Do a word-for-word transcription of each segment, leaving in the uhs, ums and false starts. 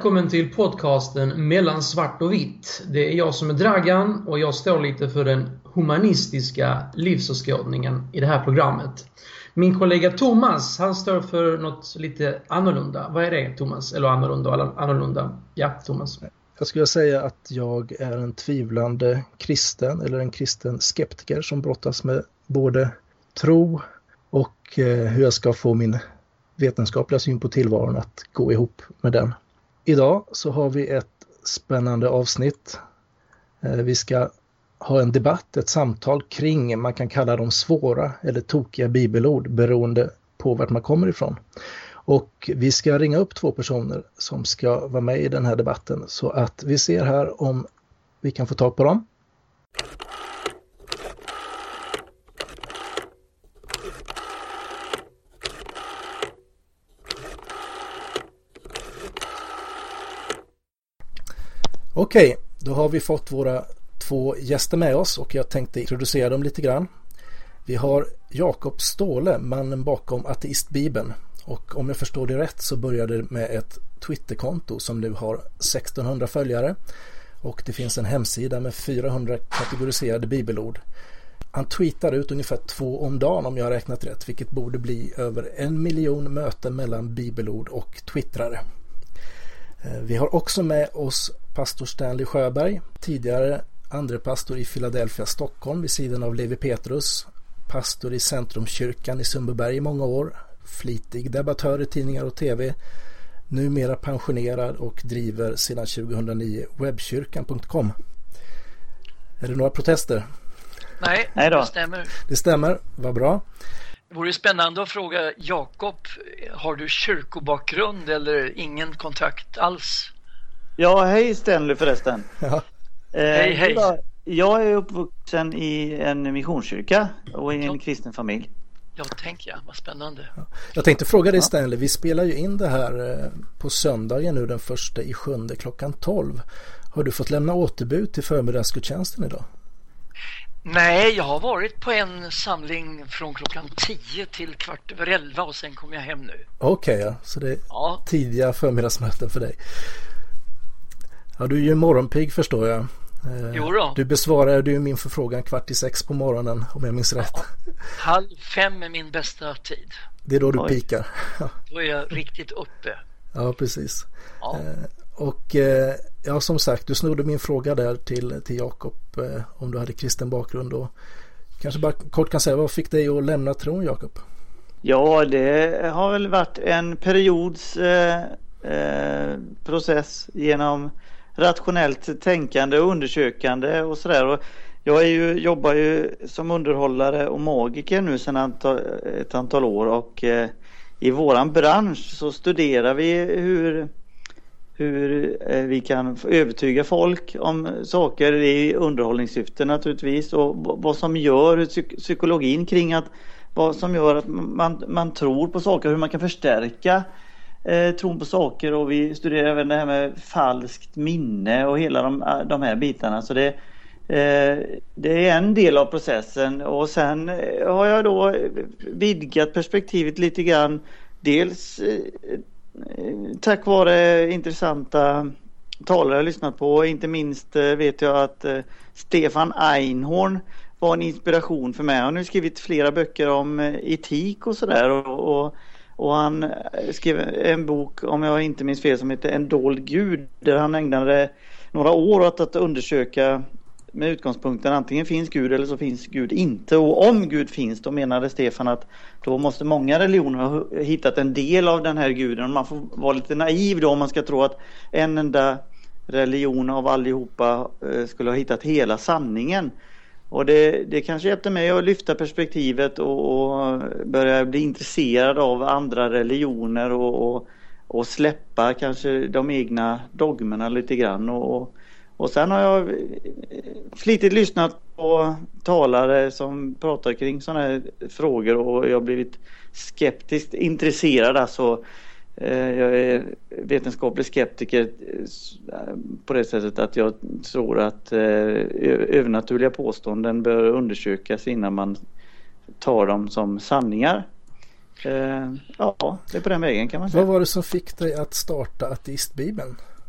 välkommen till podcasten Mellan svart och vitt. Det är jag som är Dragan och jag står lite för den humanistiska livsåskådningen i det här programmet. Min kollega Thomas, han står för något lite annorlunda. Vad är det, Thomas? Eller annorlunda eller annorlunda? Ja, Thomas. Jag skulle säga att jag är en tvivlande kristen eller en kristen skeptiker som brottas med både tro och eh, hur jag ska få min vetenskapliga syn på tillvaron att gå ihop med den. Idag så har vi ett spännande avsnitt. Eh, vi ska ha en debatt, ett samtal kring, man kan kalla dem svåra eller tokiga bibelord beroende på vart man kommer ifrån. Och vi ska ringa upp två personer som ska vara med i den här debatten så att vi ser här om vi kan få tag på dem. Okej, då har vi fått våra två gäster med oss och jag tänkte introducera dem lite grann. Vi har Jakob Ståhle, mannen bakom Ateistbibeln. Och om jag förstår det rätt så började det med ett Twitterkonto som nu har sextonhundra följare. Och det finns en hemsida med fyrahundra kategoriserade bibelord. Han tweetar ut ungefär två om dagen om jag har räknat rätt. Vilket borde bli över en miljon möten mellan bibelord och twittrare. Vi har också med oss pastor Stanley Sjöberg. Tidigare andre pastor i Philadelphia, Stockholm vid sidan av Levi Petrus. Pastor i Centrumkyrkan i Sundbyberg i många år. Flitig debattör i tidningar och tv, numera pensionerad och driver sedan tjugohundranio webbkyrkan punkt com. Är det några protester? Nej, Nej då. det stämmer. Det stämmer, vad bra. Det vore spännande att fråga Jakob, har du kyrkobakgrund eller ingen kontakt alls? Ja, hej Stanley förresten. Ja. Eh, hej, hej. Jag är uppvuxen i en missionskyrka och i en ja. kristen familj. Ja, tänker jag. Vad spännande. Ja. Jag tänkte fråga dig Stanley, vi spelar ju in det här på söndagen nu den första i sjunde klockan tolv. Har du fått lämna återbud till förmiddagsgudstjänsten idag? Nej, jag har varit på en samling från klockan tio till kvart över elva och sen kom jag hem nu. Okej, okay, ja. Så det är ja. tidiga förmiddagsmöten för dig. Ja, du är ju morgonpigg förstår jag. Jo då. Du besvarade ju min förfrågan kvart i sex på morgonen om jag minns rätt. Ja. Halv fem är min bästa tid. Det är då du Oj. pikar. Då är jag riktigt uppe. Ja, precis. Ja. Och ja, som sagt, du snodde min fråga där till, till Jakob om du hade kristen bakgrund. Och kanske bara kort kan säga, vad fick dig att lämna tron, Jakob? Ja, det har väl varit en periods eh, eh, process genom rationellt tänkande och undersökande och sådär. Och jag är ju, jobbar ju som underhållare och magiker nu sedan antal, ett antal år och eh, i våran bransch så studerar vi hur, hur eh, vi kan övertyga folk om saker i underhållningssyfte naturligtvis och b- vad som gör psyk- psykologin kring att vad som gör att man, man tror på saker, hur man kan förstärka Eh, tron på saker och vi studerar även det här med falskt minne och hela de, de här bitarna så det, eh, det är en del av processen och sen eh, har jag då vidgat perspektivet lite grann dels eh, tack vare intressanta talare jag lyssnat på, inte minst eh, vet jag att eh, Stefan Einhorn var en inspiration för mig. Han har nu skrivit flera böcker om eh, etik och sådär och, och Och han skrev en bok, om jag inte minns fel, som heter En dold Gud. Där han ägnade några år åt att undersöka med utgångspunkten antingen finns Gud eller så finns Gud inte. Och om Gud finns, då menade Stefan att då måste många religioner ha hittat en del av den här guden. Man får vara lite naiv då om man ska tro att en enda religion av allihopa skulle ha hittat hela sanningen. Och det, det kanske hjälpte mig att lyfta perspektivet och, och börja bli intresserad av andra religioner och, och, och släppa kanske de egna dogmerna lite grann. Och, och sen har jag flitigt lyssnat på talare som pratar kring sådana här frågor och jag har blivit skeptiskt intresserad. Alltså, jag är vetenskaplig skeptiker på det sättet att jag tror att övernaturliga påståenden bör undersökas innan man tar dem som sanningar. Ja, det är på den vägen kan man säga. Vad var det som fick dig att starta Ateistbibeln?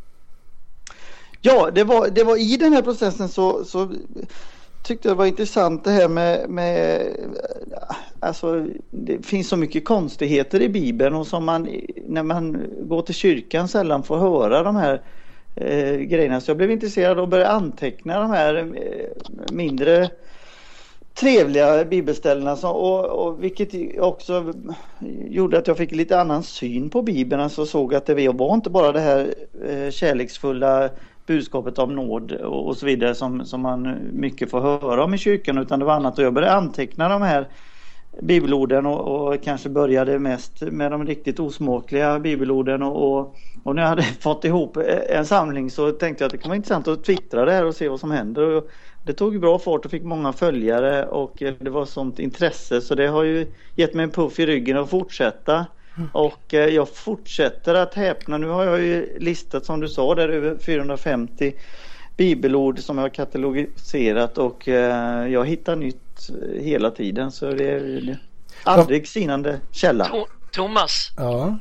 Ja, det var, det var i den här processen så, så tyckte jag det var intressant det här med, med alltså det finns så mycket konstigheter i Bibeln och som man när man går till kyrkan sällan får höra de här eh, grejerna. Så jag blev intresserad och började anteckna de här eh, mindre trevliga bibelställena så, och, och vilket också gjorde att jag fick lite annan syn på Bibeln. Alltså såg att det var inte bara det här eh, kärleksfulla budskapet om nåd och, och så vidare som, som man mycket får höra om i kyrkan, utan det var annat. Och jag började anteckna de här bibelorden och, och kanske började mest med de riktigt osmakliga bibelorden och, och, och när jag hade fått ihop en samling så tänkte jag att det kan vara intressant att twittra det här och se vad som händer. Och det tog ju bra fart och fick många följare och det var sånt intresse så det har ju gett mig en puff i ryggen att fortsätta. Och jag fortsätter att häpna. Nu har jag ju listat som du sa där över fyrahundrafemtio bibelord som jag har katalogiserat och jag hittar nytt hela tiden så det är aldrig sinande källa. Thomas, ja.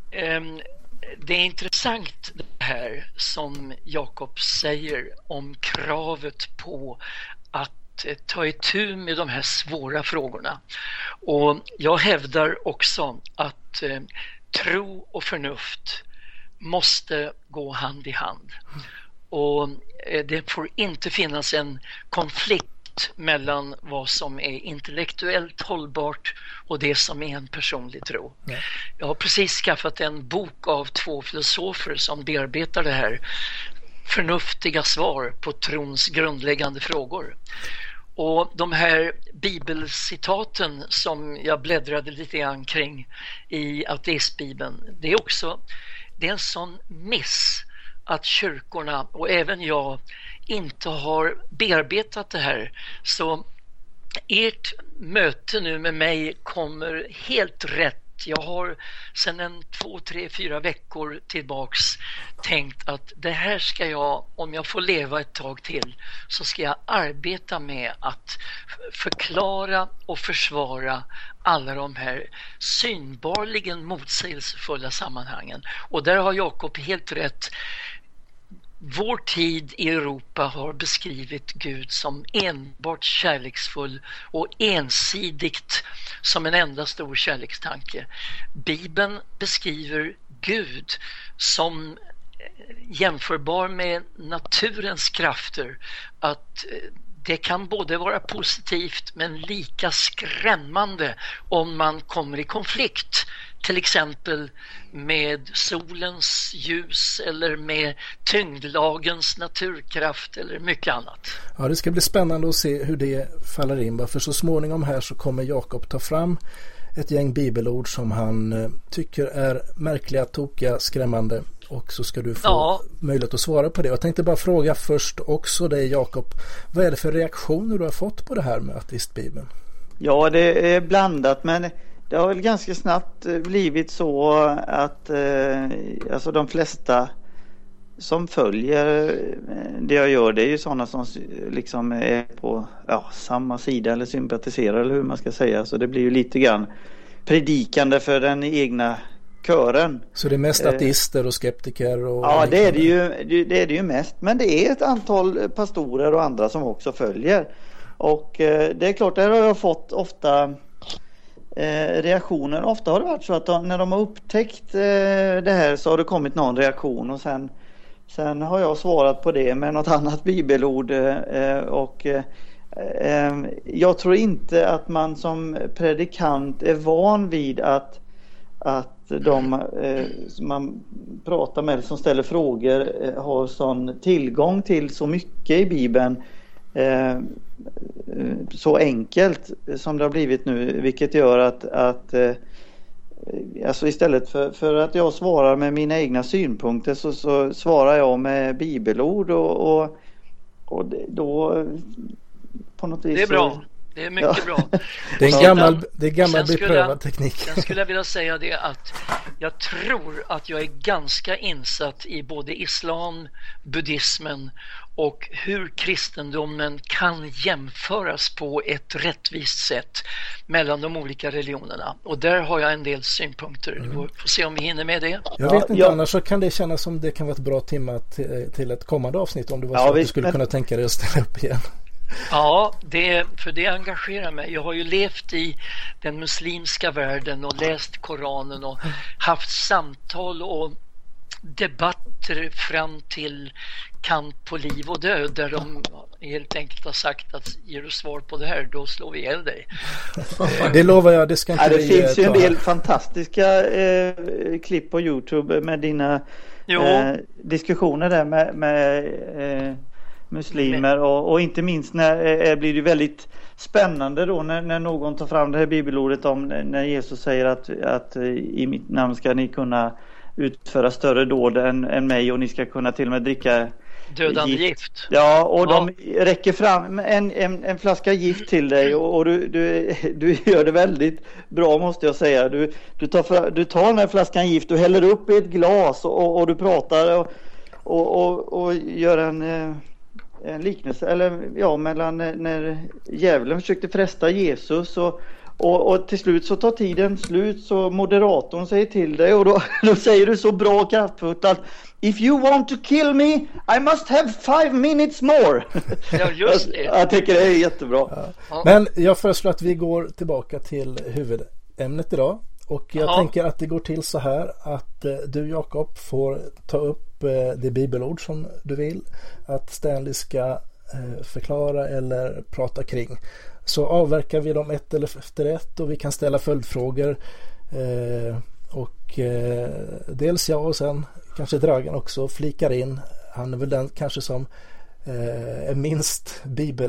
Det är intressant det här som Jakob säger om kravet på att ta itu med de här svåra frågorna. Och jag hävdar också att eh, tro och förnuft måste gå hand i hand. Och eh, det får inte finnas en konflikt mellan vad som är intellektuellt hållbart och det som är en personlig tro. Ja. Jag har precis skaffat en bok av två filosofer som bearbetar det här förnuftiga svar på trons grundläggande frågor. Och de här bibelcitaten som jag bläddrade lite grann kring i ateistbibeln, det är också det är en sån miss att kyrkorna och även jag inte har bearbetat det här. Så ert möte nu med mig kommer helt rätt. Jag har sedan en två, tre, fyra veckor tillbaks tänkt att det här ska jag, om jag får leva ett tag till, så ska jag arbeta med att förklara och försvara alla de här synbarligen motsägelsefulla sammanhangen. Och där har Jakob helt rätt. Vår tid i Europa har beskrivit Gud som enbart kärleksfull och ensidigt som en enda stor kärlekstanke. Bibeln beskriver Gud som jämförbar med naturens krafter, att det kan både vara positivt men lika skrämmande om man kommer i konflikt, till exempel med solens ljus eller med tyngdlagens naturkraft eller mycket annat. Ja, det ska bli spännande att se hur det faller in. För så småningom här så kommer Jakob ta fram ett gäng bibelord som han tycker är märkliga, tokiga, skrämmande. Och så ska du få ja. möjlighet att svara på det. Jag tänkte bara fråga först också dig, Jakob. Vad är det för reaktioner du har fått på det här med ateistbibeln? Ja, det är blandat, men det har väl ganska snabbt blivit så att eh, alltså de flesta som följer det jag gör, det är ju sådana som liksom är på ja, samma sida eller sympatiserar eller hur man ska säga. Så det blir ju lite grann predikande för den egna kören. Så det är mest ateister och skeptiker? Och ja, det är det, ju, det är det ju mest. Men det är ett antal pastorer och andra som också följer. Och eh, det är klart, där har jag fått ofta eh, reaktioner. Ofta har det varit så att de, när de har upptäckt eh, det här så har det kommit någon reaktion. Och sen, sen har jag svarat på det med något annat bibelord. Eh, och eh, eh, jag tror inte att man som predikant är van vid att att de eh, man pratar med som ställer frågor eh, har sån tillgång till så mycket i Bibeln eh, så enkelt som det har blivit nu, vilket gör att, att eh, alltså istället för, för att jag svarar med mina egna synpunkter så, så svarar jag med bibelord och, och, och då på något vis det är bra. Det är mycket ja. bra. Det är en gammal, det är gammal beprövad teknik. Sen skulle jag vilja säga det att jag tror att jag är ganska insatt i både islam, buddhismen och hur kristendomen kan jämföras på ett rättvist sätt mellan de olika religionerna. Och där har jag en del synpunkter. Mm. Vi får se om vi hinner med det. Jag vet inte, ja. Annars så kan det kännas som det kan vara ett bra timme till, till ett kommande avsnitt om det var ja, så att du skulle men... kunna tänka dig att ställa upp igen. Ja, det, för det engagerar mig. Jag har ju levt i den muslimska världen och läst Koranen och haft samtal och debatter fram till kamp på liv och död där de helt enkelt har sagt att ger du svar på det här, då slår vi ihjäl dig. Det lovar jag, det ska inte ja, det vi finns ju ta. En del fantastiska eh, klipp på YouTube med dina eh, diskussioner där med, med eh, muslimer och, och inte minst när eh, blir det väldigt spännande då när, när någon tar fram det här bibelordet om när Jesus säger att, att i mitt namn ska ni kunna utföra större dåd än, än mig och ni ska kunna till och med dricka dödande gift. gift. Ja, och ja. De räcker fram en, en, en flaska gift till dig och, och du, du, du gör det väldigt bra måste jag säga. Du, du, tar, du tar den här flaskan gift och häller upp i ett glas och, och, och du pratar och, och, och, och gör en, en liknelse eller, ja, mellan när djävulen försökte fresta Jesus och Och, och till slut så tar tiden slut så moderatorn säger till dig och då, då säger du så bra och kraftfullt att if you want to kill me I must have five minutes more. Ja, just det. Jag, jag tycker det är jättebra. Ja. Men jag föreslår att vi går tillbaka till huvudämnet idag och jag ja. tänker att det går till så här att eh, du Jakob får ta upp eh, det bibelord som du vill att Stanley ska eh, förklara eller prata kring. Så avverkar vi dem ett eller efter ett och vi kan ställa följdfrågor eh, och eh, dels jag och sen kanske Dragan också flikar in. Han är väl den kanske som eh, är minst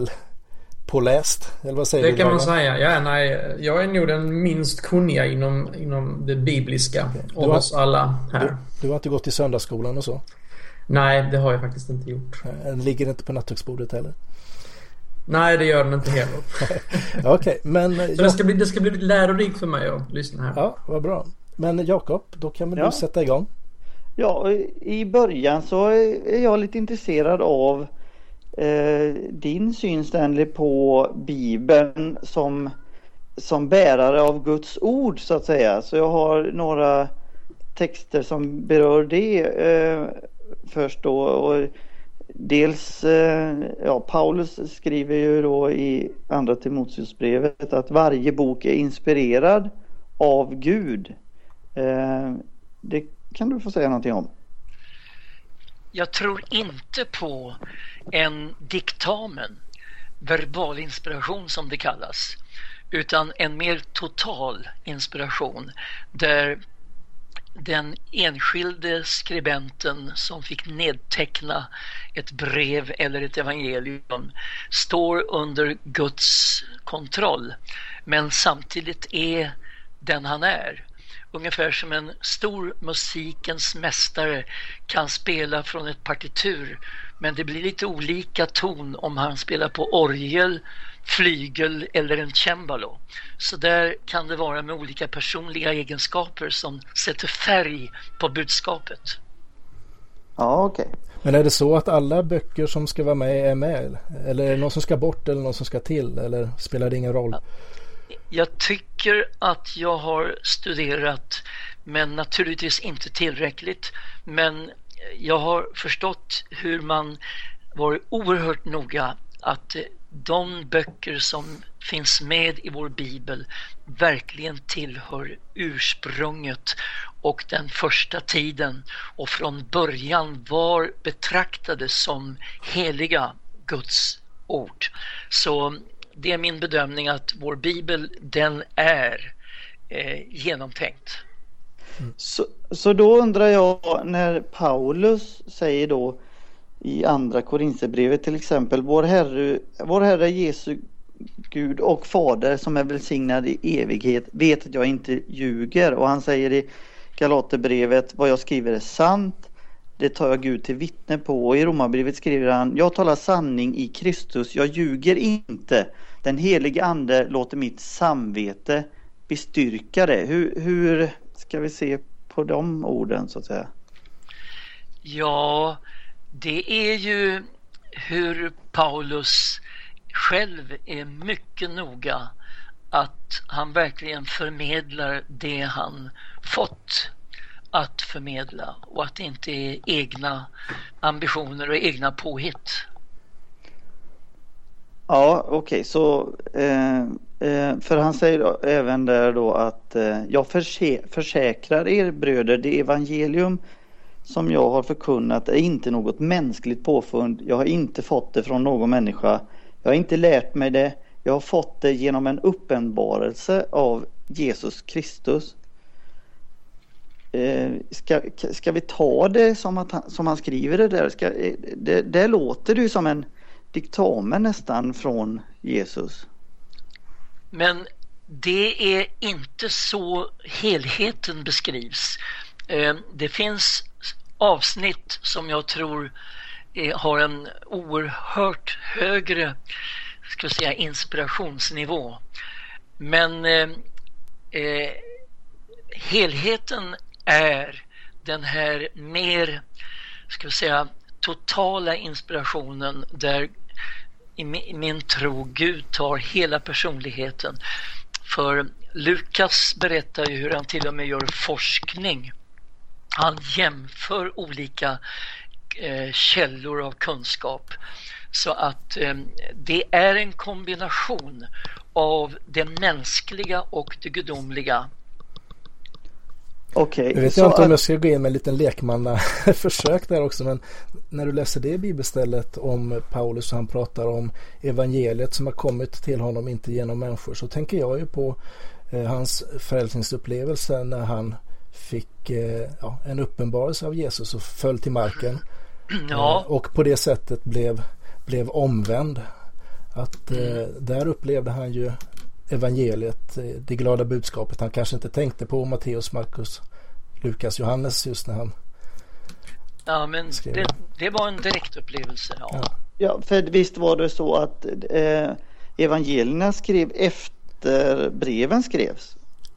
bibelpåläst, eller vad säger det du? Det kan Dragan? man säga, ja nej, jag är nog den minst kunniga inom, inom det bibliska okay. av oss alla här. Du, du har inte gått i söndagsskolan och så? Nej, det har jag faktiskt inte gjort. Den ligger inte på nattduksbordet heller? Nej, det gör den inte heller. Okej, okay, men så jag... det ska bli det ska bli lärorikt för mig att lyssna här. Ja, vad bra. Men Jakob, då kan väl ja. du sätta igång. Ja, i början så är jag lite intresserad av eh, din syn, Stanley, på Bibeln som som bärare av Guds ord så att säga. Så jag har några texter som berör det eh, först då och dels, ja, Paulus skriver ju då i andra Timoteusbrevet att varje bok är inspirerad av Gud. Det kan du få säga någonting om. Jag tror inte på en diktamen, verbal inspiration som det kallas, utan en mer total inspiration där den enskilde skribenten som fick nedteckna ett brev eller ett evangelium står under Guds kontroll men samtidigt är den han är. Ungefär som en stor musikens mästare kan spela från ett partitur men det blir lite olika ton om han spelar på orgel, flygel eller en cembalo. Så där kan det vara med olika personliga egenskaper som sätter färg på budskapet. Ja, okej. Okay. Men är det så att alla böcker som ska vara med är med? Eller är det någon som ska bort eller någon som ska till? Eller spelar det ingen roll? Jag tycker att jag har studerat, men naturligtvis inte tillräckligt. Men jag har förstått hur man var oerhört noga att de böcker som finns med i vår bibel verkligen tillhör ursprunget och den första tiden och från början var betraktade som heliga Guds ord. Så det är min bedömning att vår bibel, den är eh, genomtänkt. Mm. Så, så då undrar jag, när Paulus säger då i andra Korinthierbrevet till exempel, vår Herre, vår Herre Jesu Gud och Fader som är välsignad i evighet vet att jag inte ljuger, och han säger i Galaterbrevet, vad jag skriver är sant, det tar jag Gud till vittne på. Och i Romarbrevet skriver han: jag talar sanning i Kristus, jag ljuger inte. Den helige ande låter mitt samvete bestyrka det. Hur, hur ska vi se på de orden så att säga? Ja, det är ju hur Paulus själv är mycket noga att han verkligen förmedlar det han fått att förmedla och att det inte är egna ambitioner och egna påhitt. Ja, okej, okay. så eh, eh, för han säger då, även där då att eh, jag förse- försäkrar er bröder, det evangelium som jag har förkunnat är inte något mänskligt påfund. Jag har inte fått det från någon människa. Jag har inte lärt mig det. Jag har fått det genom en uppenbarelse av Jesus Kristus. Eh, ska, ska vi ta det som, att han, som han skriver det där? Ska, det, det låter ju som en diktamen nästan från Jesus. Men det är inte så helheten beskrivs. Eh, det finns avsnitt som jag tror eh, har en oerhört högre, ska jag säga, inspirationsnivå. Men eh, eh, helheten är den här mer, ska jag säga, totala inspirationen där i min tro Gud tar hela personligheten. För Lukas berättar ju hur han till och med gör forskning. Han jämför olika eh, källor av kunskap. Så att eh, det är en kombination av det mänskliga och det gudomliga. Okay, jag vet så inte om att... jag ska gå in med en liten lekmannaförsök där också, men när du läser det bibelstället om Paulus och han pratar om evangeliet som har kommit till honom inte genom människor, så tänker jag ju på eh, hans frälsningsupplevelse när han fick eh, ja, en uppenbarelse av Jesus och föll till marken. Ja. eh, och på det sättet blev, blev omvänd. Att eh, där upplevde han ju evangeliet, det glada budskapet. Han kanske inte tänkte på Matteus, Markus, Lukas, Johannes just när han Ja, men det, det var en direkt upplevelse. Ja. Ja. ja, för visst var det så att eh, evangelierna skrev efter breven skrevs?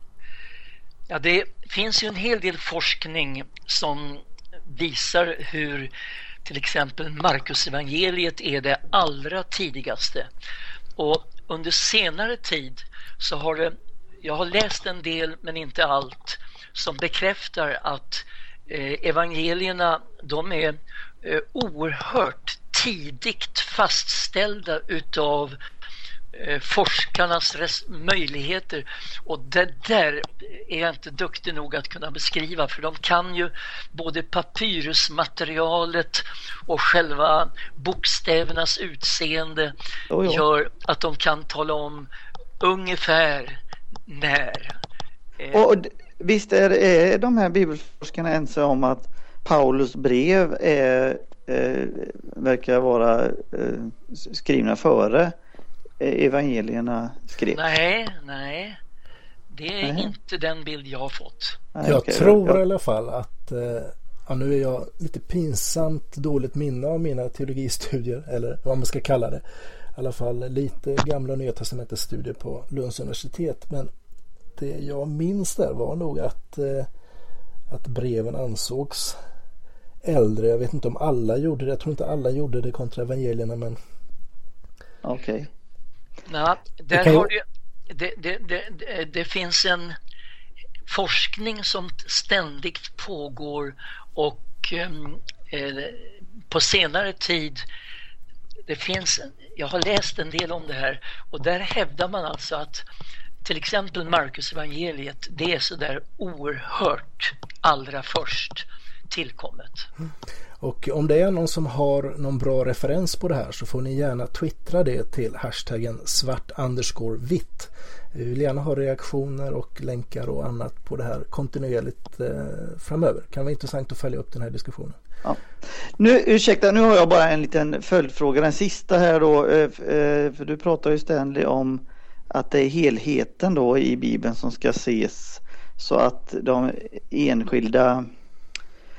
Ja, det finns ju en hel del forskning som visar hur till exempel Markus evangeliet är det allra tidigaste. Och under senare tid så har det, jag har läst en del men inte allt, som bekräftar att eh, evangelierna, de är eh, oerhört tidigt fastställda utav eh, forskarnas res- möjligheter, och det där är jag inte duktig nog att kunna beskriva, för de kan ju både papyrusmaterialet och själva bokstävernas utseende oh, ja. gör att de kan tala om ungefär när. Och, och visst är, är de här bibelforskarna ense om att Paulus brev är, eh, verkar vara eh, skrivna före evangelierna skrevs? Nej, nej. Det är nej. inte den bild jag har fått. Nej, jag okay, tror ja. i alla fall att eh, ja, nu är jag lite pinsamt dåligt minne av mina teologistudier, eller vad man ska kalla det. I alla fall lite gamla Nya testamentets studier på Lunds universitet, men det jag minns där var nog att, eh, att breven ansågs äldre. Jag vet inte om alla gjorde det. Jag tror inte alla gjorde det kontra evangelierna, men okej. Okay. Ja, där det har du, det, det, det, det finns en forskning som ständigt pågår, och eh, på senare tid det finns, jag har läst en del om det här, och där hävdar man alltså att till exempel Markus evangeliet, det är så där oerhört allra först tillkommet. Mm. Och om det är någon som har någon bra referens på det här, så får ni gärna twittra det till hashtaggen svart underscore vitt. Vi vill gärna ha reaktioner och länkar och annat på det här kontinuerligt eh, framöver. Kan vara intressant att följa upp den här diskussionen. Ja. Nu, ursäkta, nu har jag bara en liten följdfråga, den sista här då, eh, för du pratar ju Stanley om att det är helheten då i Bibeln som ska ses, så att de enskilda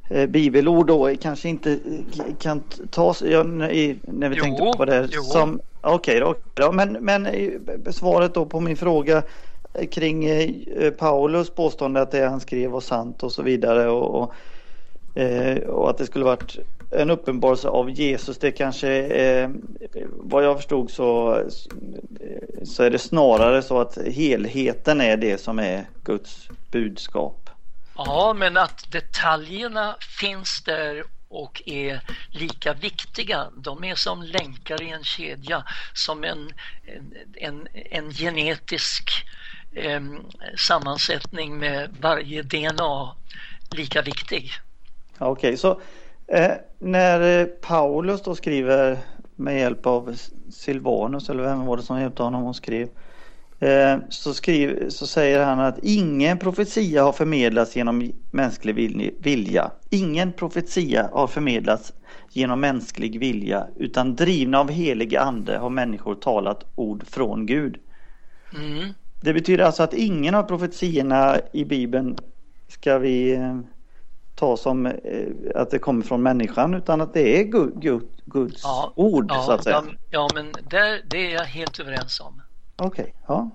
eh, bibelord då kanske inte kan tas ja, i, när vi jo, tänkte på det jo. som okej okay, då, men, men svaret då på min fråga kring eh, Paulus påstående att det han skrev var sant och så vidare och, och, eh, och att det skulle varit en uppenbarelse av Jesus, det kanske eh, vad jag förstod så, så är det snarare så att helheten är det som är Guds budskap. Ja, men att detaljerna finns där och är lika viktiga. De är som länkar i en kedja, som en, en, en genetisk eh, sammansättning med varje D N A lika viktig. Okej, okay, så eh, när Paulus då skriver med hjälp av Silvanus, eller vem var det som hjälpte honom och skrev, eh, så, skriv, så säger han att ingen profetia har förmedlats genom mänsklig vilja. Ingen profetia har förmedlats genom mänsklig vilja, utan drivna av helig ande har människor talat ord från Gud. Mm. Det betyder alltså att ingen av profetierna i Bibeln ska vi eh, ta som eh, att det kommer från människan, utan att det är Gud, Gud, Guds ja, ord ja, så att säga. Ja, ja men där, det är jag helt överens om. Okej, okay, ja.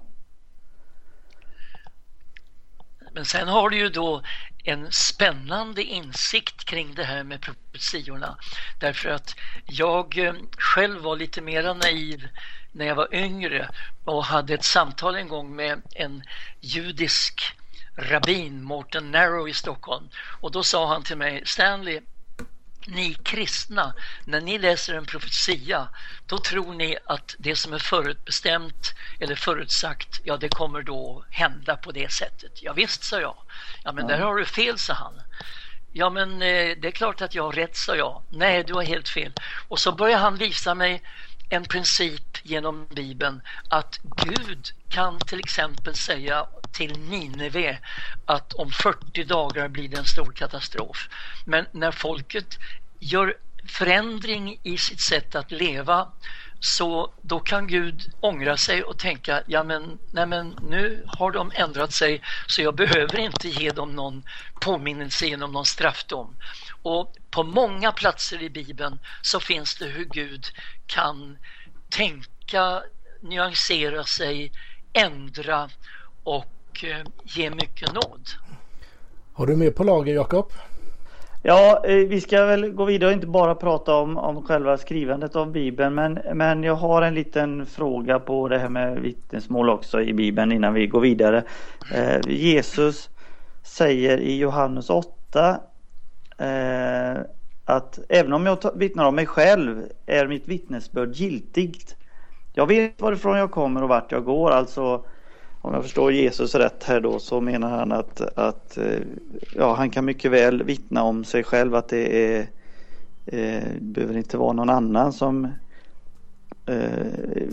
Men sen har du ju då en spännande insikt kring det här med profetiorna. Därför att jag själv var lite mer naiv när jag var yngre och hade ett samtal en gång med en judisk rabbin, Morten Narrow i Stockholm. Och då sa han till mig: Stanley, ni kristna, när ni läser en profetia, då tror ni att det som är förutbestämt eller förutsagt, ja, det kommer då hända på det sättet. Ja visst, sa jag. Ja, men ja. Där har du fel, sa han. Ja, men eh, det är klart att jag har rätt, sa jag. Nej, du har helt fel. Och så börjar han visa mig en princip genom Bibeln, att Gud kan till exempel säga till Nineve att om fyrtio dagar blir det en stor katastrof. Men när folket gör förändring i sitt sätt att leva, så då kan Gud ångra sig och tänka: ja men, nej men nu har de ändrat sig, så jag behöver inte ge dem någon påminnelse genom någon straffdom. Och på många platser i Bibeln så finns det hur Gud kan tänka, nyansera sig, ändra och eh, ge mycket nåd. Har du mer på lager, Jakob? Ja, vi ska väl gå vidare och inte bara prata om, om själva skrivandet av Bibeln, men, men jag har en liten fråga på det här med vittnesmål också i Bibeln innan vi går vidare. Eh, Jesus säger i Johannes åtta eh, att även om jag vittnar om mig själv är mitt vittnesbörd giltigt. Jag vet varifrån jag kommer och vart jag går, alltså om jag förstår Jesus rätt här då, så menar han att, att ja, han kan mycket väl vittna om sig själv, att det är, eh, behöver inte vara någon annan som eh,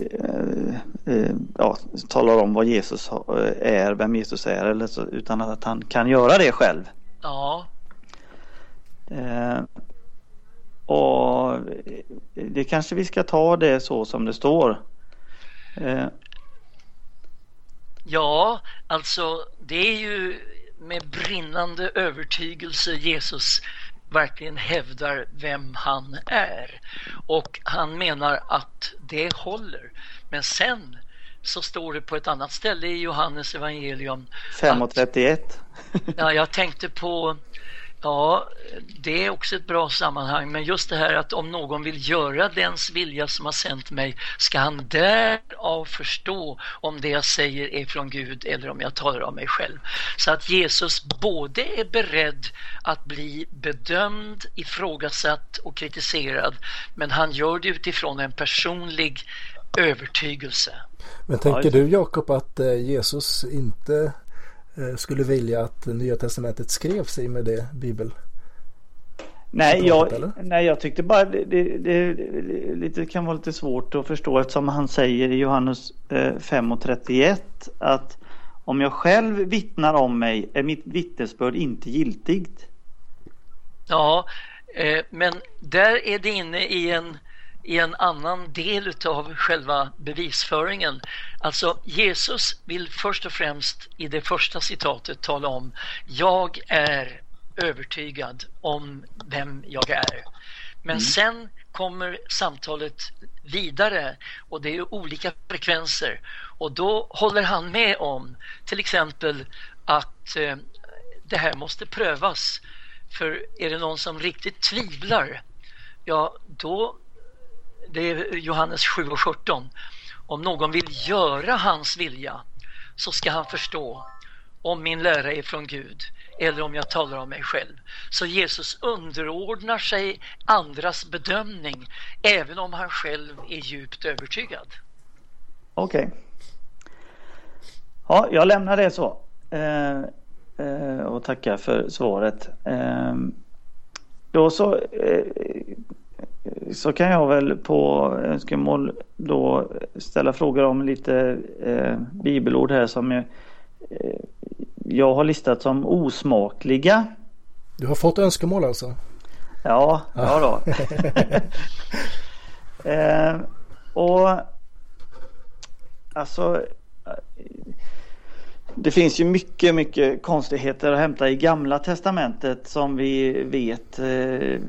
eh, ja, talar om vad Jesus är, vem Jesus är, eller så, utan att han kan göra det själv. Ja. Eh, och det kanske vi ska ta det så som det står. Eh, Ja, alltså det är ju med brinnande övertygelse Jesus verkligen hävdar vem han är. Och han menar att det håller. Men sen så står det på ett annat ställe i Johannes evangelium fem och trettioett. Ja, jag tänkte på... Ja, det är också ett bra sammanhang, men just det här att om någon vill göra dens vilja som har sänt mig, ska han därav förstå om det jag säger är från Gud eller om jag talar om mig själv. Så att Jesus både är beredd att bli bedömd, ifrågasatt och kritiserad, men han gör det utifrån en personlig övertygelse. Men tänker du, Jakob, att Jesus inte skulle vilja att Nya testamentet skrevs i med det Bibel? Nej, jag, nej, jag tyckte bara det, det, det, det, det kan vara lite svårt att förstå, eftersom han säger i Johannes fem och trettioett att om jag själv vittnar om mig är mitt vittnesbörd inte giltigt. Ja, eh, men där är det inne i en i en annan del av själva bevisföringen. Alltså Jesus vill först och främst i det första citatet tala om: jag är övertygad om vem jag är. Men mm. sen kommer samtalet vidare och det är olika frekvenser. Och då håller han med om till exempel att eh, det här måste prövas. För är det någon som riktigt tvivlar, ja då, det är Johannes sju och sjutton. Om någon vill göra hans vilja så ska han förstå om min lära är från Gud eller om jag talar om mig själv. Så Jesus underordnar sig andras bedömning även om han själv är djupt övertygad. Okej. Okay. Ja, jag lämnar det så. Eh, eh, och tackar för svaret. Eh, då så, eh, så kan jag väl på önskemål då ställa frågor om lite eh, bibelord här som jag, eh, jag har listat som osmakliga. Du har fått önskemål alltså? Ja, ja då. eh, och alltså det finns ju mycket, mycket konstigheter att hämta i Gamla testamentet som vi vet. Eh,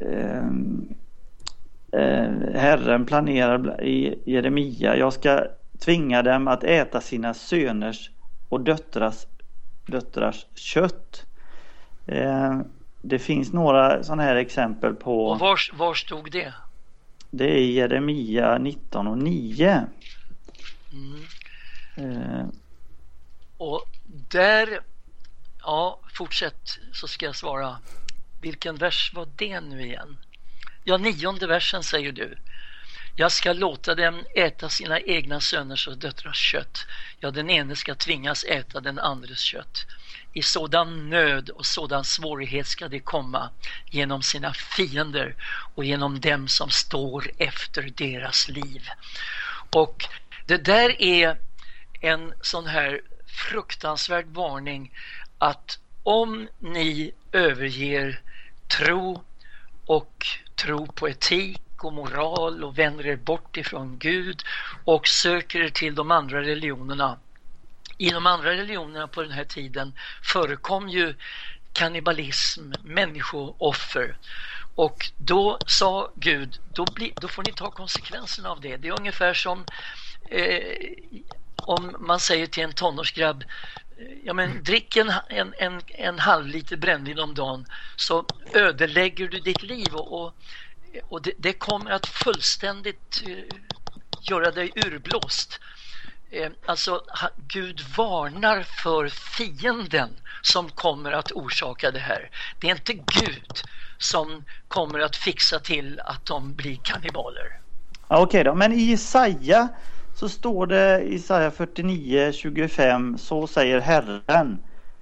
eh, Herren planerar i Jeremia: jag ska tvinga dem att äta sina söners och döttrars, döttrars kött. Eh, det finns några sådana här exempel på. Och var, var stod det? Det är Jeremia nitton och nio. Mm. Eh, Och där, ja, fortsätt så ska jag svara. Vilken vers var det nu igen? Ja, nionde versen säger du. Jag ska låta dem äta sina egna söners och döttrars kött. Ja, den ene ska tvingas äta den andres kött. I sådan nöd och sådan svårighet ska det komma genom sina fiender och genom dem som står efter deras liv. Och det där är en sån här fruktansvärd varning att om ni överger tro och tro på etik och moral och vänder er bort ifrån Gud och söker er till de andra religionerna. I de andra religionerna på den här tiden förekom ju kannibalism, människooffer. Och då sa Gud, då, bli, då får ni ta konsekvenserna av det. Det är ungefär som eh, om man säger till en tonårsgrabb: ja men drick en, en, en, en halv liter brännvin om dagen så ödelägger du ditt liv och, och, och det, det kommer att fullständigt eh, göra dig urblåst. Eh, alltså ha, Gud varnar för fienden som kommer att orsaka det här. Det är inte Gud som kommer att fixa till att de blir kannibaler. Okej okay då, men i Jesaja så står det i Jesaja fyrtionio tjugofem: så säger Herren: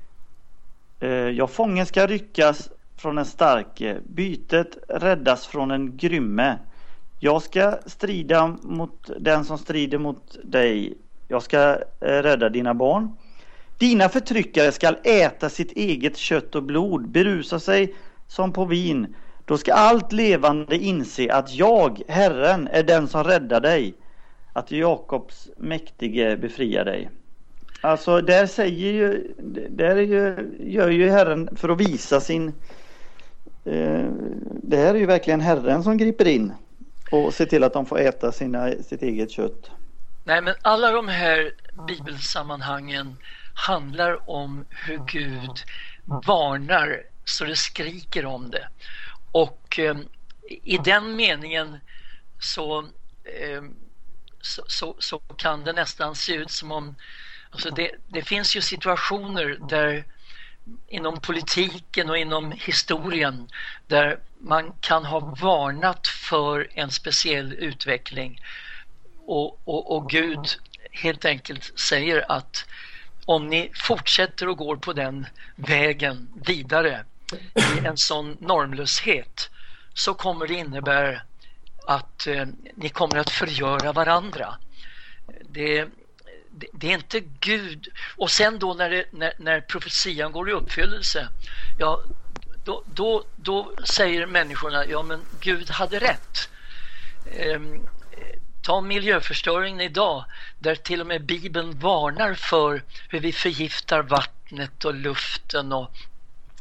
jag fången ska ryckas från en starke, bytet räddas från en grymme. Jag ska strida mot den som strider mot dig. Jag ska rädda dina barn. Dina förtryckare ska äta sitt eget kött och blod, berusa sig som på vin. Då ska allt levande inse att jag, Herren, är den som räddar dig. Att Jakobs mäktige befriar dig. Alltså där säger ju, där är ju, gör ju Herren för att visa sin, eh, det här är ju verkligen Herren som griper in och ser till att de får äta sina, sitt eget kött. Nej, men alla de här bibelsammanhangen handlar om hur Gud varnar så det skriker om det. Och eh, i den meningen så eh, Så, så, så kan det nästan se ut som om alltså det, det finns ju situationer där inom politiken och inom historien där man kan ha varnat för en speciell utveckling och, och, och Gud helt enkelt säger att om ni fortsätter och går på den vägen vidare i en sån normlöshet så kommer det innebära att eh, ni kommer att förgöra varandra. Det, det, det är inte Gud. Och sen då när, det, när, när profetian går i uppfyllelse, ja, då, då, då säger människorna, ja men Gud hade rätt. Eh, ta miljöförstöringen idag, där till och med Bibeln varnar för hur vi förgiftar vattnet och luften och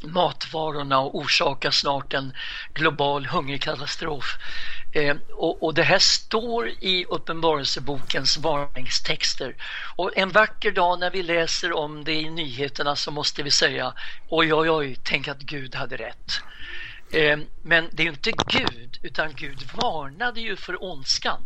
matvarorna och orsakar snart en global hungerkatastrof. Eh, och, och det här står i Uppenbarelsebokens varningstexter. Och en vacker dag när vi läser om det i nyheterna så måste vi säga oj oj oj, tänk att Gud hade rätt. Eh, men det är ju inte Gud, utan Gud varnade ju för ondskan.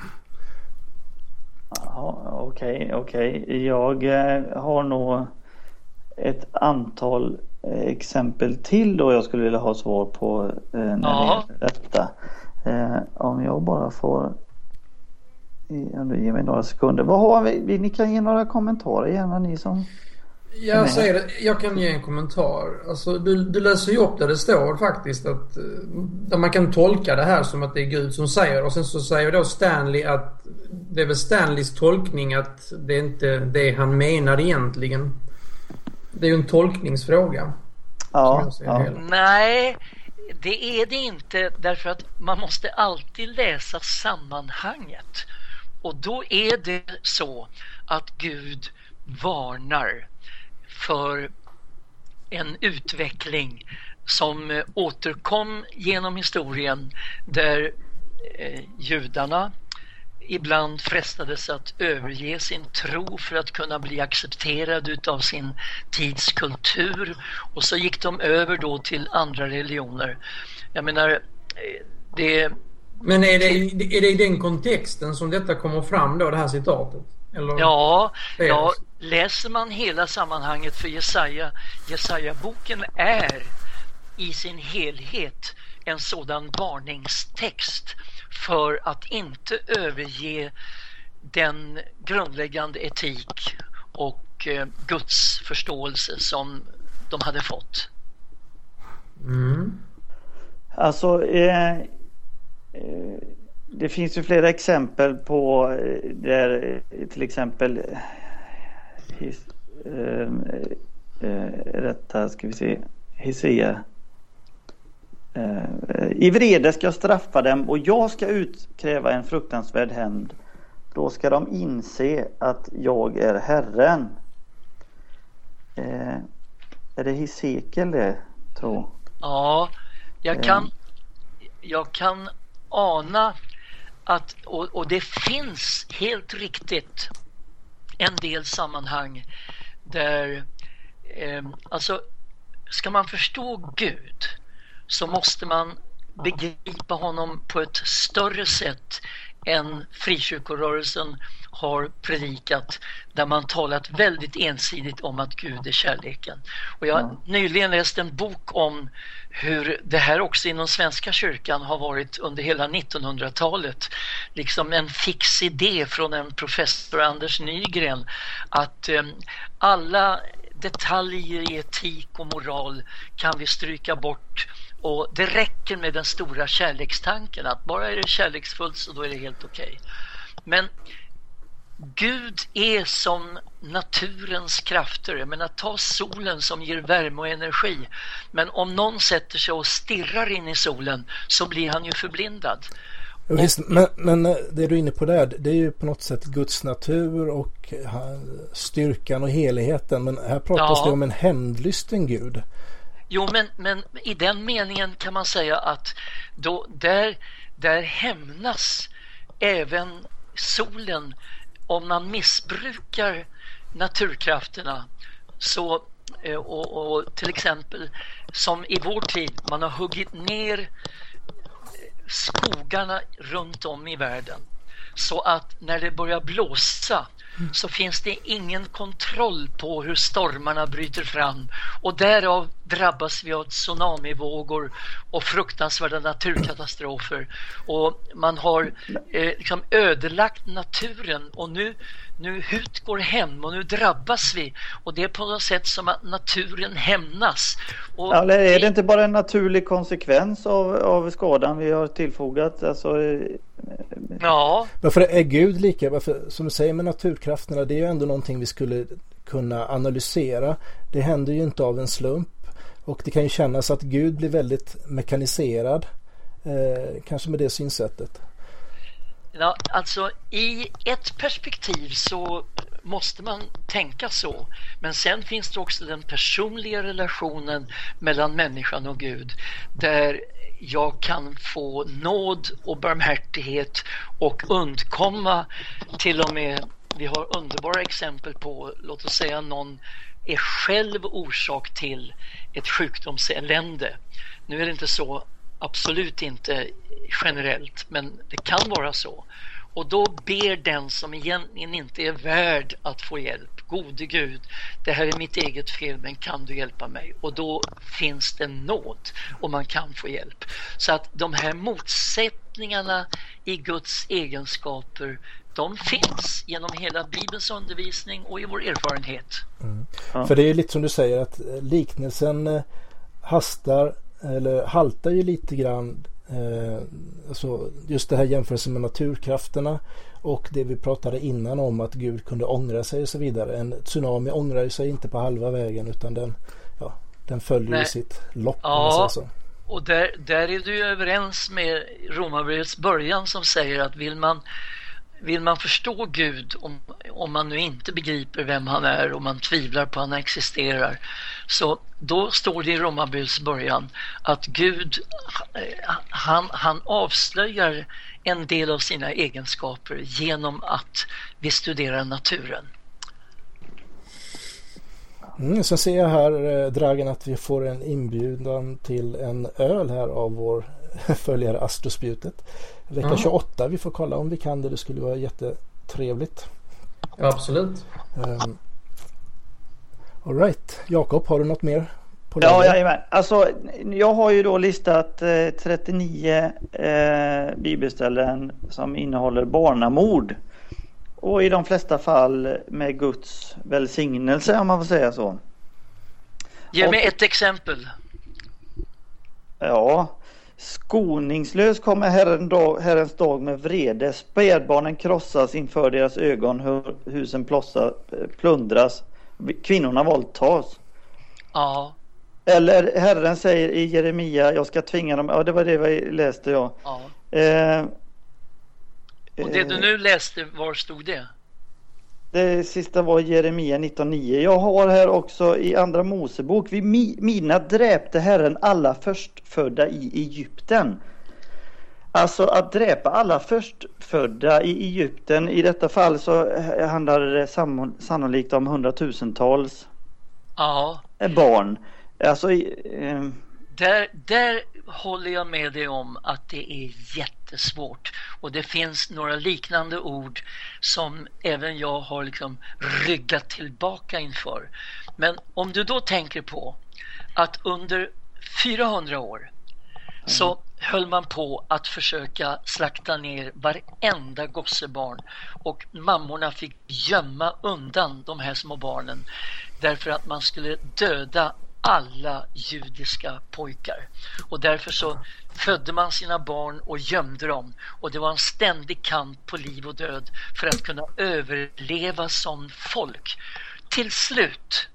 Ja, okej, okej. Jag eh, har nog ett antal eh, exempel till då jag skulle vilja ha svar på eh, när Ja. det gäller detta. Eh, om jag bara får om du ger mig några sekunder. Vad har vi? Ni kan ge några kommentarer gärna, ni som Jag säger det, jag kan ge en kommentar. Alltså, du, du läser ju upp där det står faktiskt att där man kan tolka det här som att det är Gud som säger, och sen så säger då Stanley att det är väl Stanleys tolkning att det är inte det han menar egentligen. Det är ju en tolkningsfråga. ja, ja. Nej, det är det inte, därför att man måste alltid läsa sammanhanget. Och då är det så att Gud varnar för en utveckling som återkom genom historien, där eh, judarna ibland frestades att överge sin tro för att kunna bli accepterad utav sin tids kultur, och så gick de över då till andra religioner. Jag menar, eh, det... Men är det, är det i den kontexten som detta kommer fram då, det här citatet? Eller? Ja, Det är ja, det. läser man hela sammanhanget för Jesaja, Jesaja-boken är i sin helhet en sådan varningstext för att inte överge den grundläggande etik och eh, Guds förståelse som de hade fått. Mm. Alltså eh, eh, det finns ju flera exempel på eh, där eh, till exempel eh, his, eh, eh, detta ska vi se Hesea eh, i vrede ska jag straffa dem och jag ska utkräva en fruktansvärd hämnd. Då ska de inse att jag är Herren. Eh, är det Hesekiel det, tror? Ja, jag kan, jag kan ana att, och, och det finns helt riktigt en del sammanhang där, eh, alltså ska man förstå Gud så måste man begripa honom på ett större sätt än frikyrkorörelsen har predikat, där man talat väldigt ensidigt om att Gud är kärleken. Och jag har nyligen läst en bok om hur det här också inom Svenska kyrkan har varit under hela nittonhundratalet, liksom en fix idé från en professor, Anders Nygren, att eh, alla detaljer i etik och moral kan vi stryka bort, och det räcker med den stora kärlekstanken, att bara är det kärleksfullt så då är det helt okej. Men Gud är som naturens krafter. Jag menar, ta solen som ger värme och energi. Men om någon sätter sig och stirrar in i solen så blir han ju förblindad. Visst, men, men det du är inne på där, det är ju på något sätt Guds natur och styrkan och heligheten. Men här pratas Ja. det om en hämndlysten Gud. Jo, men, men i den meningen kan man säga att då, där, där hämnas även solen om man missbrukar naturkrafterna. Så, och, och till exempel som i vår tid, man har huggit ner skogarna runt om i världen, så att när det börjar blåsa så finns det ingen kontroll på hur stormarna bryter fram, och därav drabbas vi av tsunamivågor och fruktansvärda naturkatastrofer, och man har eh, liksom ödelagt naturen, och nu, nu hut går hem och nu drabbas vi, och det är på något sätt som att naturen hämnas. Och ja, eller är det inte bara en naturlig konsekvens av, av skadan vi har tillfogat? Alltså, ja. Varför är Gud lika? Varför, som du säger med naturkrafterna, det är ju ändå någonting vi skulle kunna analysera. Det händer ju inte av en slump, och det kan ju kännas att Gud blir väldigt mekaniserad, eh, kanske med det synsättet. Ja, alltså i ett perspektiv så måste man tänka så. Men sen finns det också den personliga relationen mellan människan och Gud, där jag kan få nåd och barmhärtighet och undkomma till och med, vi har underbara exempel på, låt oss säga någon är själv orsak till ett sjukdomselände. Nu är det inte så, absolut inte generellt, men det kan vara så. Och då ber den som egentligen inte är värd att få hjälp: gode Gud, det här är mitt eget fel, men kan du hjälpa mig? Och då finns det nåd och man kan få hjälp. Så att de här motsättningarna i Guds egenskaper, de finns genom hela Bibelns undervisning och i vår erfarenhet. Mm. Ja. För det är lite som du säger, att liknelsen hastar eller haltar ju lite grann. Eh, alltså just det här jämförelsen med naturkrafterna och det vi pratade innan om att Gud kunde ångra sig och så vidare. En tsunami ångrar sig inte på halva vägen, utan den, ja, den följer Nej. sitt lopp. Ja, så. Och där, där är du överens med Romarbrevets början som säger att vill man Vill man förstå Gud, om, om man nu inte begriper vem han är och man tvivlar på att han existerar, så då står det i Romarbrevets början att Gud, han, han avslöjar en del av sina egenskaper genom att vi studerar naturen. Mm, så ser jag här, Dragan, att vi får en inbjudan till en öl här av vår följare Astrospjutet. Vecka mm. tjugoåtta, vi får kolla om vi kan det. Det skulle vara jättetrevligt. Ja, absolut. Um, all right. Jakob, har du något mer på Ja, jajamän. Alltså, jag har ju då listat eh, trettionio eh, bibelställen som innehåller barnamord. Och i de flesta fall med Guds välsignelse, om man får säga så. Ge mig ett exempel. Ja. Skoningslös kommer herren dag, Herrens dag med vrede. Spädbarnen krossas inför deras ögon. Husen plossar, plundras. Kvinnorna våldtas. Ja. Eller Herren säger i Jeremia: jag ska tvinga dem. Ja, det var det jag läste jag. Ja. Eh, Och det du nu läste, var stod det? Det sista var Jeremia nitton nio. Jag har här också i andra Mosebok: vid mina dräpte Herren alla förstfödda i Egypten. Alltså att dräpa alla förstfödda i Egypten, i detta fall så handlar det sannolikt om hundratusentals ja. barn. Alltså eh, där, där håller jag med dig om att det är jättesvårt. Och det finns några liknande ord som även jag har liksom ryggat tillbaka inför. Men om du då tänker på att under fyrahundra år mm. så höll man på att försöka slakta ner varenda gossebarn. Och mammorna fick gömma undan de här små barnen därför att man skulle döda alla judiska pojkar. Och därför så födde man sina barn och gömde dem. Och det var en ständig kamp på liv och död för att kunna överleva som folk. Till slut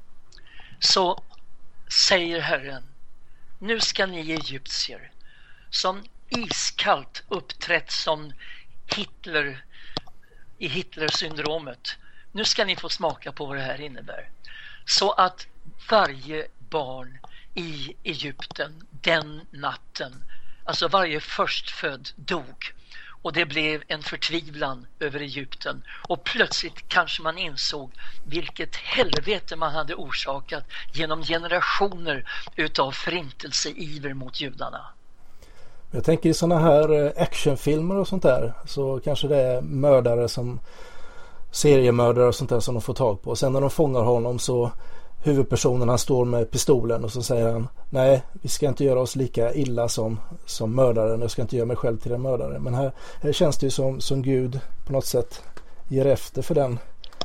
så säger Herren: nu ska ni egyptier, som iskallt uppträtt som Hitler i Hitlersyndromet, nu ska ni få smaka på vad det här innebär. Så att varje barn i Egypten den natten, alltså varje förstfödd, dog. Och det blev en förtvivlan över Egypten. Och plötsligt kanske man insåg vilket helvete man hade orsakat genom generationer utav förintelseiver mot judarna. Jag tänker i sådana här actionfilmer och sånt där, så kanske det är mördare som seriemördare och sånt där som de får tag på. Och sen när de fångar honom så huvudpersonen, han står med pistolen och så säger han: nej, vi ska inte göra oss lika illa som, som mördaren, jag ska inte göra mig själv till en mördare. Men här, här känns det ju som, som Gud på något sätt ger efter för den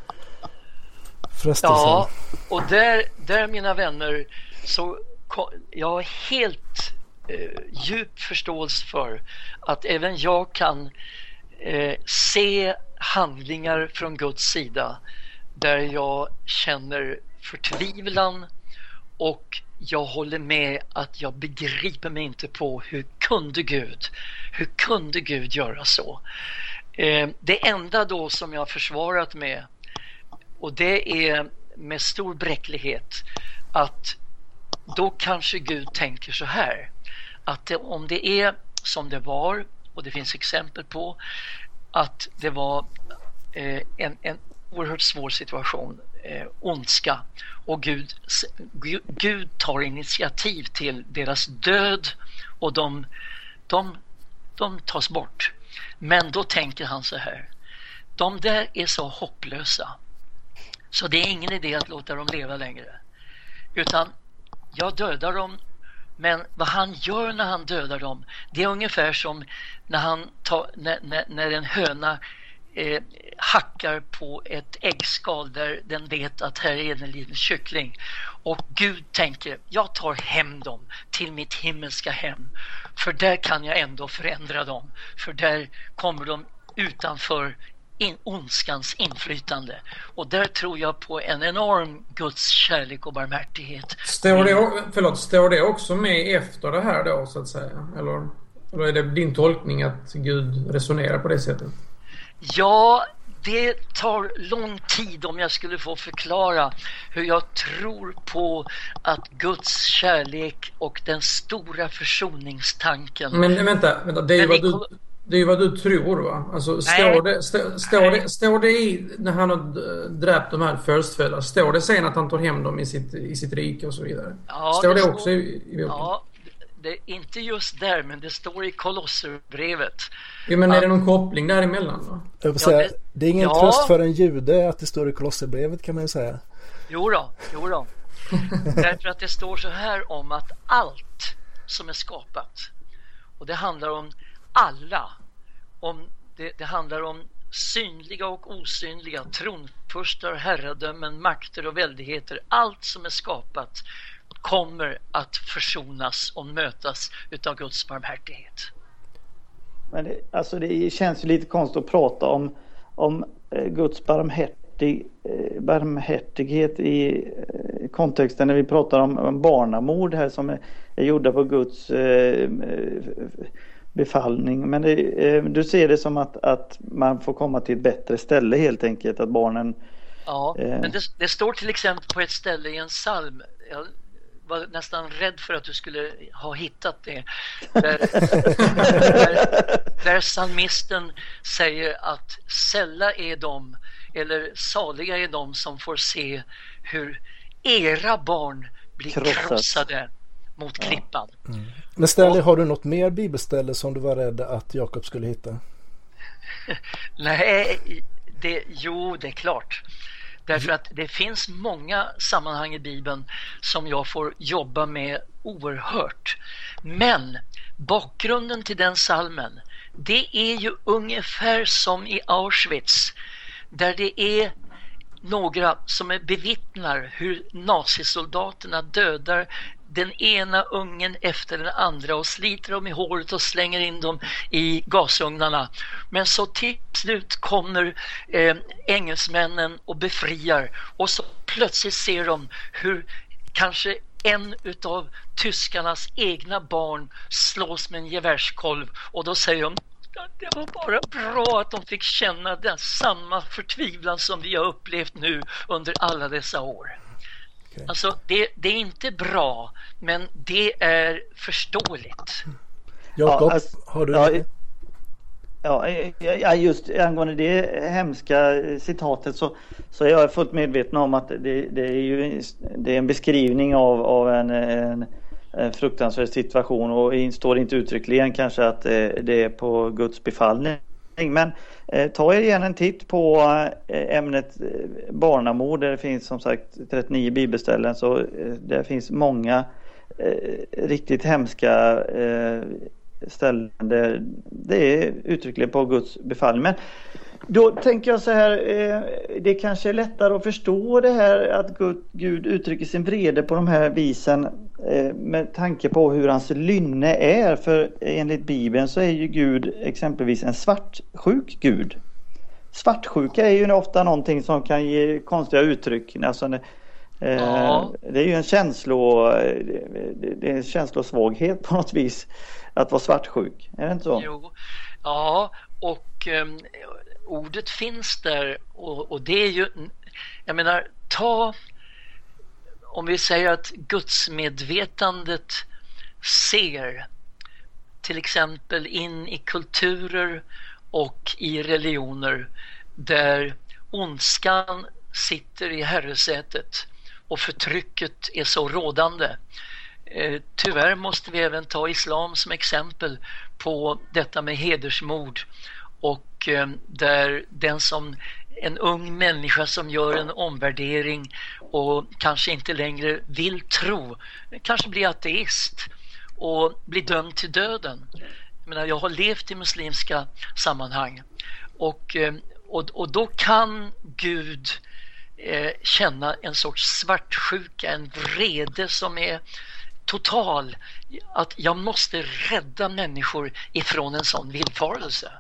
frestelsen. Ja, och där, där mina vänner, så jag har helt eh, djup förståelse för att även jag kan eh, se handlingar från Guds sida där jag känner förtvivlan, och jag håller med att jag begriper mig inte på hur kunde Gud hur kunde Gud göra så. Eh, det enda då som jag har försvarat med och det är med stor bräcklighet att då kanske Gud tänker så här, att det, om det är som det var, och det finns exempel på att det var eh, en, en oerhört svår situation, eh, ondska, och Gud, Gud, Gud tar initiativ till deras död, och de, de, de tas bort. Men då tänker han så här: de där är så hopplösa så det är ingen idé att låta dem leva längre, utan jag dödar dem. Men vad han gör när han dödar dem, det är ungefär som när, han tar, när, när, när en höna eh, hackar på ett äggskal där den vet att här är en liten kyckling. Och Gud tänker, jag tar hem dem till mitt himmelska hem. För där kan jag ändå förändra dem. För där kommer de utanför in, ondskans inflytande. Och där tror jag på en enorm Guds kärlek och barmhärtighet. Står det, förlåt, står det också med efter det här då, så att säga? Eller, eller är det din tolkning att Gud resonerar på det sättet? Ja, det tar lång tid om jag skulle få förklara hur jag tror på att Guds kärlek och den stora försoningstanken. Men vänta, vänta det är ju vad du... Det är ju vad du tror, va? Alltså, står det, stå, står, det, står det i, när han har dräpt de här förstfödda, står det sen att han tar hem dem i sitt, i sitt rike och så vidare? Ja, står det, det står, också i, i ja, det är inte just där, men det står i Kolosserbrevet. Ja, men är att, det någon koppling däremellan då? Jag vill säga, ja, det, det är ingen ja, tröst för en jude att det står i Kolosserbrevet, kan man ju säga. Jo då, jo då. Därför att det står så här om att allt som är skapat, och det handlar om alla, om det, det handlar om synliga och osynliga, tronfurstar, herradömen, makter och väldigheter. Allt som är skapat kommer att försonas och mötas utav Guds barmhärtighet. Men det, alltså det känns ju lite konstigt att prata om, om Guds barmhärtig, barmhärtighet i kontexten när vi pratar om, om barnamord här som är, är gjorda på Guds eh, befallning. Men det, eh, du ser det som att, att man får komma till ett bättre ställe helt enkelt, att barnen... Ja, eh... men det, det står till exempel på ett ställe i en psalm, jag var nästan rädd för att du skulle ha hittat det, där, där, där psalmisten säger att sälla är de, eller saliga är de som får se hur era barn blir Krossas. krossade mot klippan. Ja. Mm. Men Stanley, har du något mer bibelställe som du var rädd att Jakob skulle hitta? Nej, det, jo det är klart. Därför att det finns många sammanhang i Bibeln som jag får jobba med oerhört. Men bakgrunden till den salmen, det är ju ungefär som i Auschwitz, där det är några som är bevittnar hur nazisoldaterna dödar den ena ungen efter den andra och sliter dem i håret och slänger in dem i gasugnarna. Men så till slut kommer eh, engelsmännen och befriar, och så plötsligt ser de hur kanske en utav tyskarnas egna barn slås med en gevärskolv, och då säger de: det var bara bra att de fick känna den samma förtvivlan som vi har upplevt nu under alla dessa år. Okay. Alltså det, det är inte bra, men det är förståeligt. Jakob, ja, alltså, har du ja, ja, ja, just angående det hemska citatet så, så är jag fullt medveten om att det, det är ju det är en beskrivning av, av en, en, en fruktansvärd situation, och står inte uttryckligen kanske att det är på Guds befallning. Men eh, ta er igen en titt på eh, ämnet eh, barnamord, där det finns som sagt trettionio bibelställen, så eh, där finns många eh, riktigt hemska eh, ställen där det är uttryckligen på Guds befallning. Men då tänker jag så här, eh, det kanske är lättare att förstå det här att Gud, Gud uttrycker sin vrede på de här visen eh, med tanke på hur hans lynne är. För enligt Bibeln så är ju Gud exempelvis en svartsjuk Gud. Svartsjuka är ju ofta någonting som kan ge konstiga uttryck. Alltså, eh, ja. Det är ju en känslo, det är en känslosvaghet på något vis att vara svartsjuk. Är det inte så? Jo, ja, och um, ordet finns där, och, och det är ju jag menar, ta, om vi säger att gudsmedvetandet ser till exempel in i kulturer och i religioner där ondskan sitter i herresätet och förtrycket är så rådande. Eh, tyvärr måste vi även ta islam som exempel på detta med hedersmord, och eh, där den som en ung människa som gör en omvärdering och kanske inte längre vill tro, kanske blir ateist och blir dömd till döden. Jag menar, jag har levt i muslimska sammanhang, och, och, och då kan Gud eh, känna en sorts svartsjuka, en vrede som är total, att jag måste rädda människor ifrån en sån villfarelse.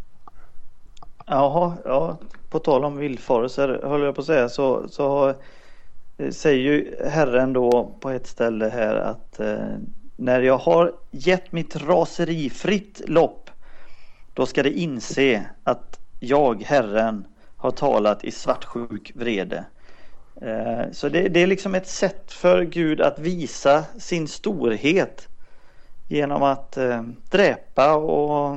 Jaha, ja, på tal om villfarelser håller jag på att säga, så, så säger ju Herren då på ett ställe här att eh, när jag har gett mitt raseri fritt lopp, då ska det inse att jag, Herren, har talat i svartsjuk vrede. Eh, så det, det är liksom ett sätt för Gud att visa sin storhet genom att eh, dräpa och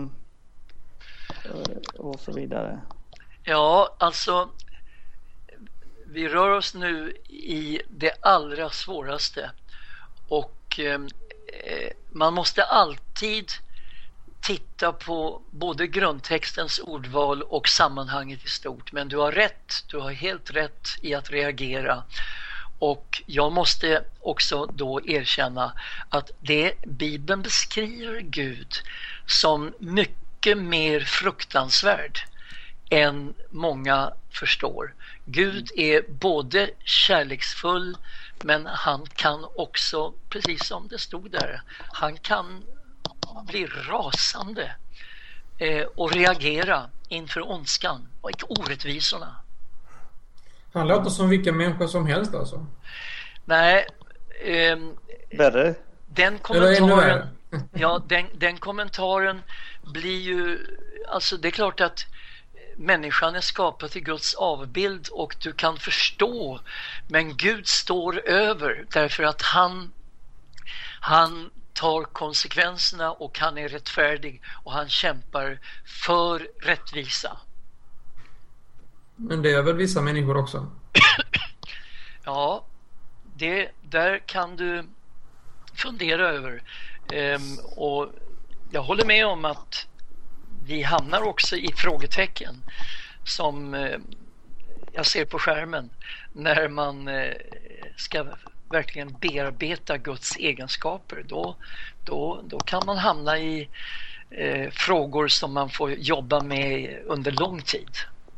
och så vidare. Ja, alltså vi rör oss nu i det allra svåraste, och eh, man måste alltid titta på både grundtextens ordval och sammanhanget i stort. Men du har rätt, du har helt rätt i att reagera. Och jag måste också då erkänna att det Bibeln beskriver Gud som mycket mer fruktansvärd än många förstår. Gud är både kärleksfull, men han kan också, precis som det stod där, han kan bli rasande eh, och reagera inför ondskan och orättvisorna. Han låter som vilken människa som helst alltså. Nej, eh, Värre. Den kommentaren, ja, den, den kommentaren blir ju, alltså det är klart att människan är skapad till Guds avbild och du kan förstå, men Gud står över därför att han han tar konsekvenserna och han är rättfärdig och han kämpar för rättvisa. Men det är väl vissa människor också? Ja, det där kan du fundera över. Ehm, och jag håller med om att vi hamnar också i frågetecken som eh, jag ser på skärmen när man eh, ska verkligen bearbeta Guds egenskaper. Då, då, då kan man hamna i eh, frågor som man får jobba med under lång tid.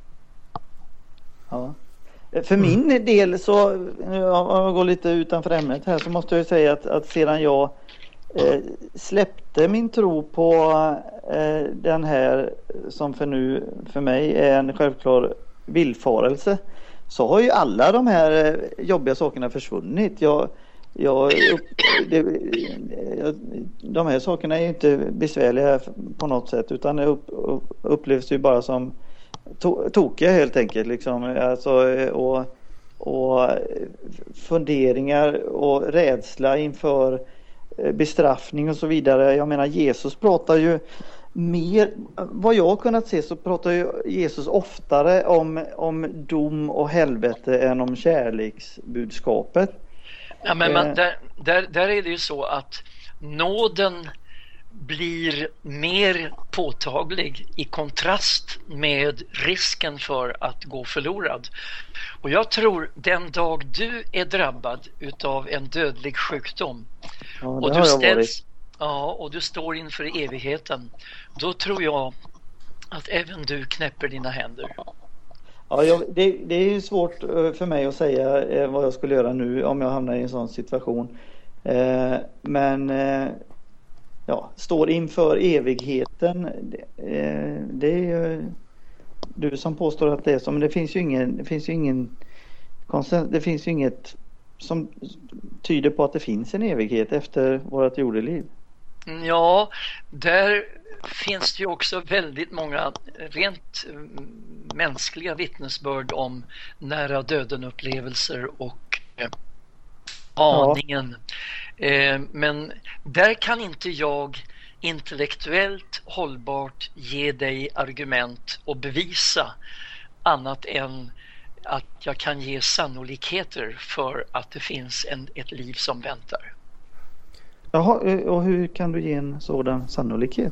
Ja. För min del så, om jag går lite utanför ämnet här, så måste jag säga att, att sedan jag eh, släppte min tro på eh, den här som för nu för mig är en självklar villfarelse, så har ju alla de här jobbiga sakerna försvunnit. Jag, jag, det, de här sakerna är ju inte besvärliga på något sätt, utan det upp, upplevs ju bara som to, tokiga helt enkelt. Liksom. Alltså, och, och funderingar och rädsla inför bestraffning och så vidare. Jag menar, Jesus pratar ju mer, vad jag har kunnat se så pratar ju Jesus oftare om, om dom och helvete än om kärleksbudskapet. Ja, men man, där, där, där är det ju så att nåden blir mer påtaglig i kontrast med risken för att gå förlorad. Och jag tror den dag du är drabbad utav en dödlig sjukdom, ja, och du ställs, ja, och du står inför evigheten, då tror jag att även du knäpper dina händer. Ja, jag, det, det är ju svårt för mig att säga eh, vad jag skulle göra nu om jag hamnar i en sån situation. Eh, men eh, ja, står inför evigheten, det, eh, det är ju du som påstår att det är så, men det finns ju ingen, det finns ju ingen det finns ju inget som tyder på att det finns en evighet efter vårt jordeliv. Ja, där finns det ju också väldigt många rent mänskliga vittnesbörd om nära döden upplevelser och eh, aningen. Ja. Eh, men där kan inte jag intellektuellt hållbart ge dig argument och bevisa annat än att jag kan ge sannolikheter för att det finns en, ett liv som väntar. Jaha, och hur kan du ge en sådan sannolikhet?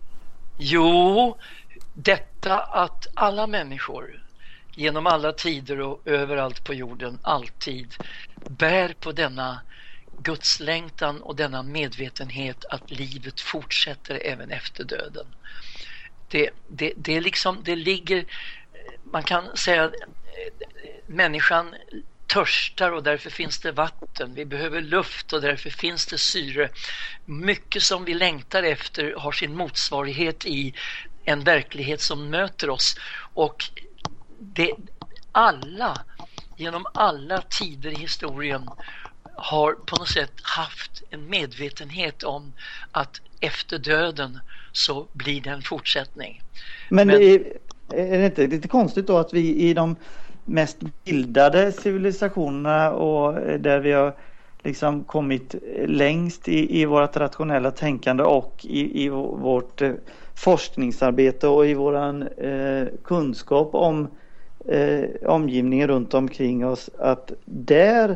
Jo, detta att alla människor genom alla tider och överallt på jorden alltid bär på denna gudslängtan och denna medvetenhet att livet fortsätter även efter döden. Det, det, det är liksom, det ligger, man kan säga att människan törstar och därför finns det vatten. Vi behöver luft och därför finns det syre. Mycket som vi längtar efter har sin motsvarighet i en verklighet som möter oss. Och det, alla, genom alla tider i historien har på något sätt haft en medvetenhet om att efter döden så blir det en fortsättning. Men, Men det är, är det inte lite konstigt då att vi i de mest bildade civilisationerna och där vi har liksom kommit längst i, i vårt rationella tänkande och i, i vårt eh, forskningsarbete och i våran eh, kunskap om eh, omgivningen runt omkring oss, att där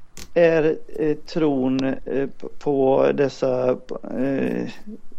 är eh, tron eh, på dessa eh,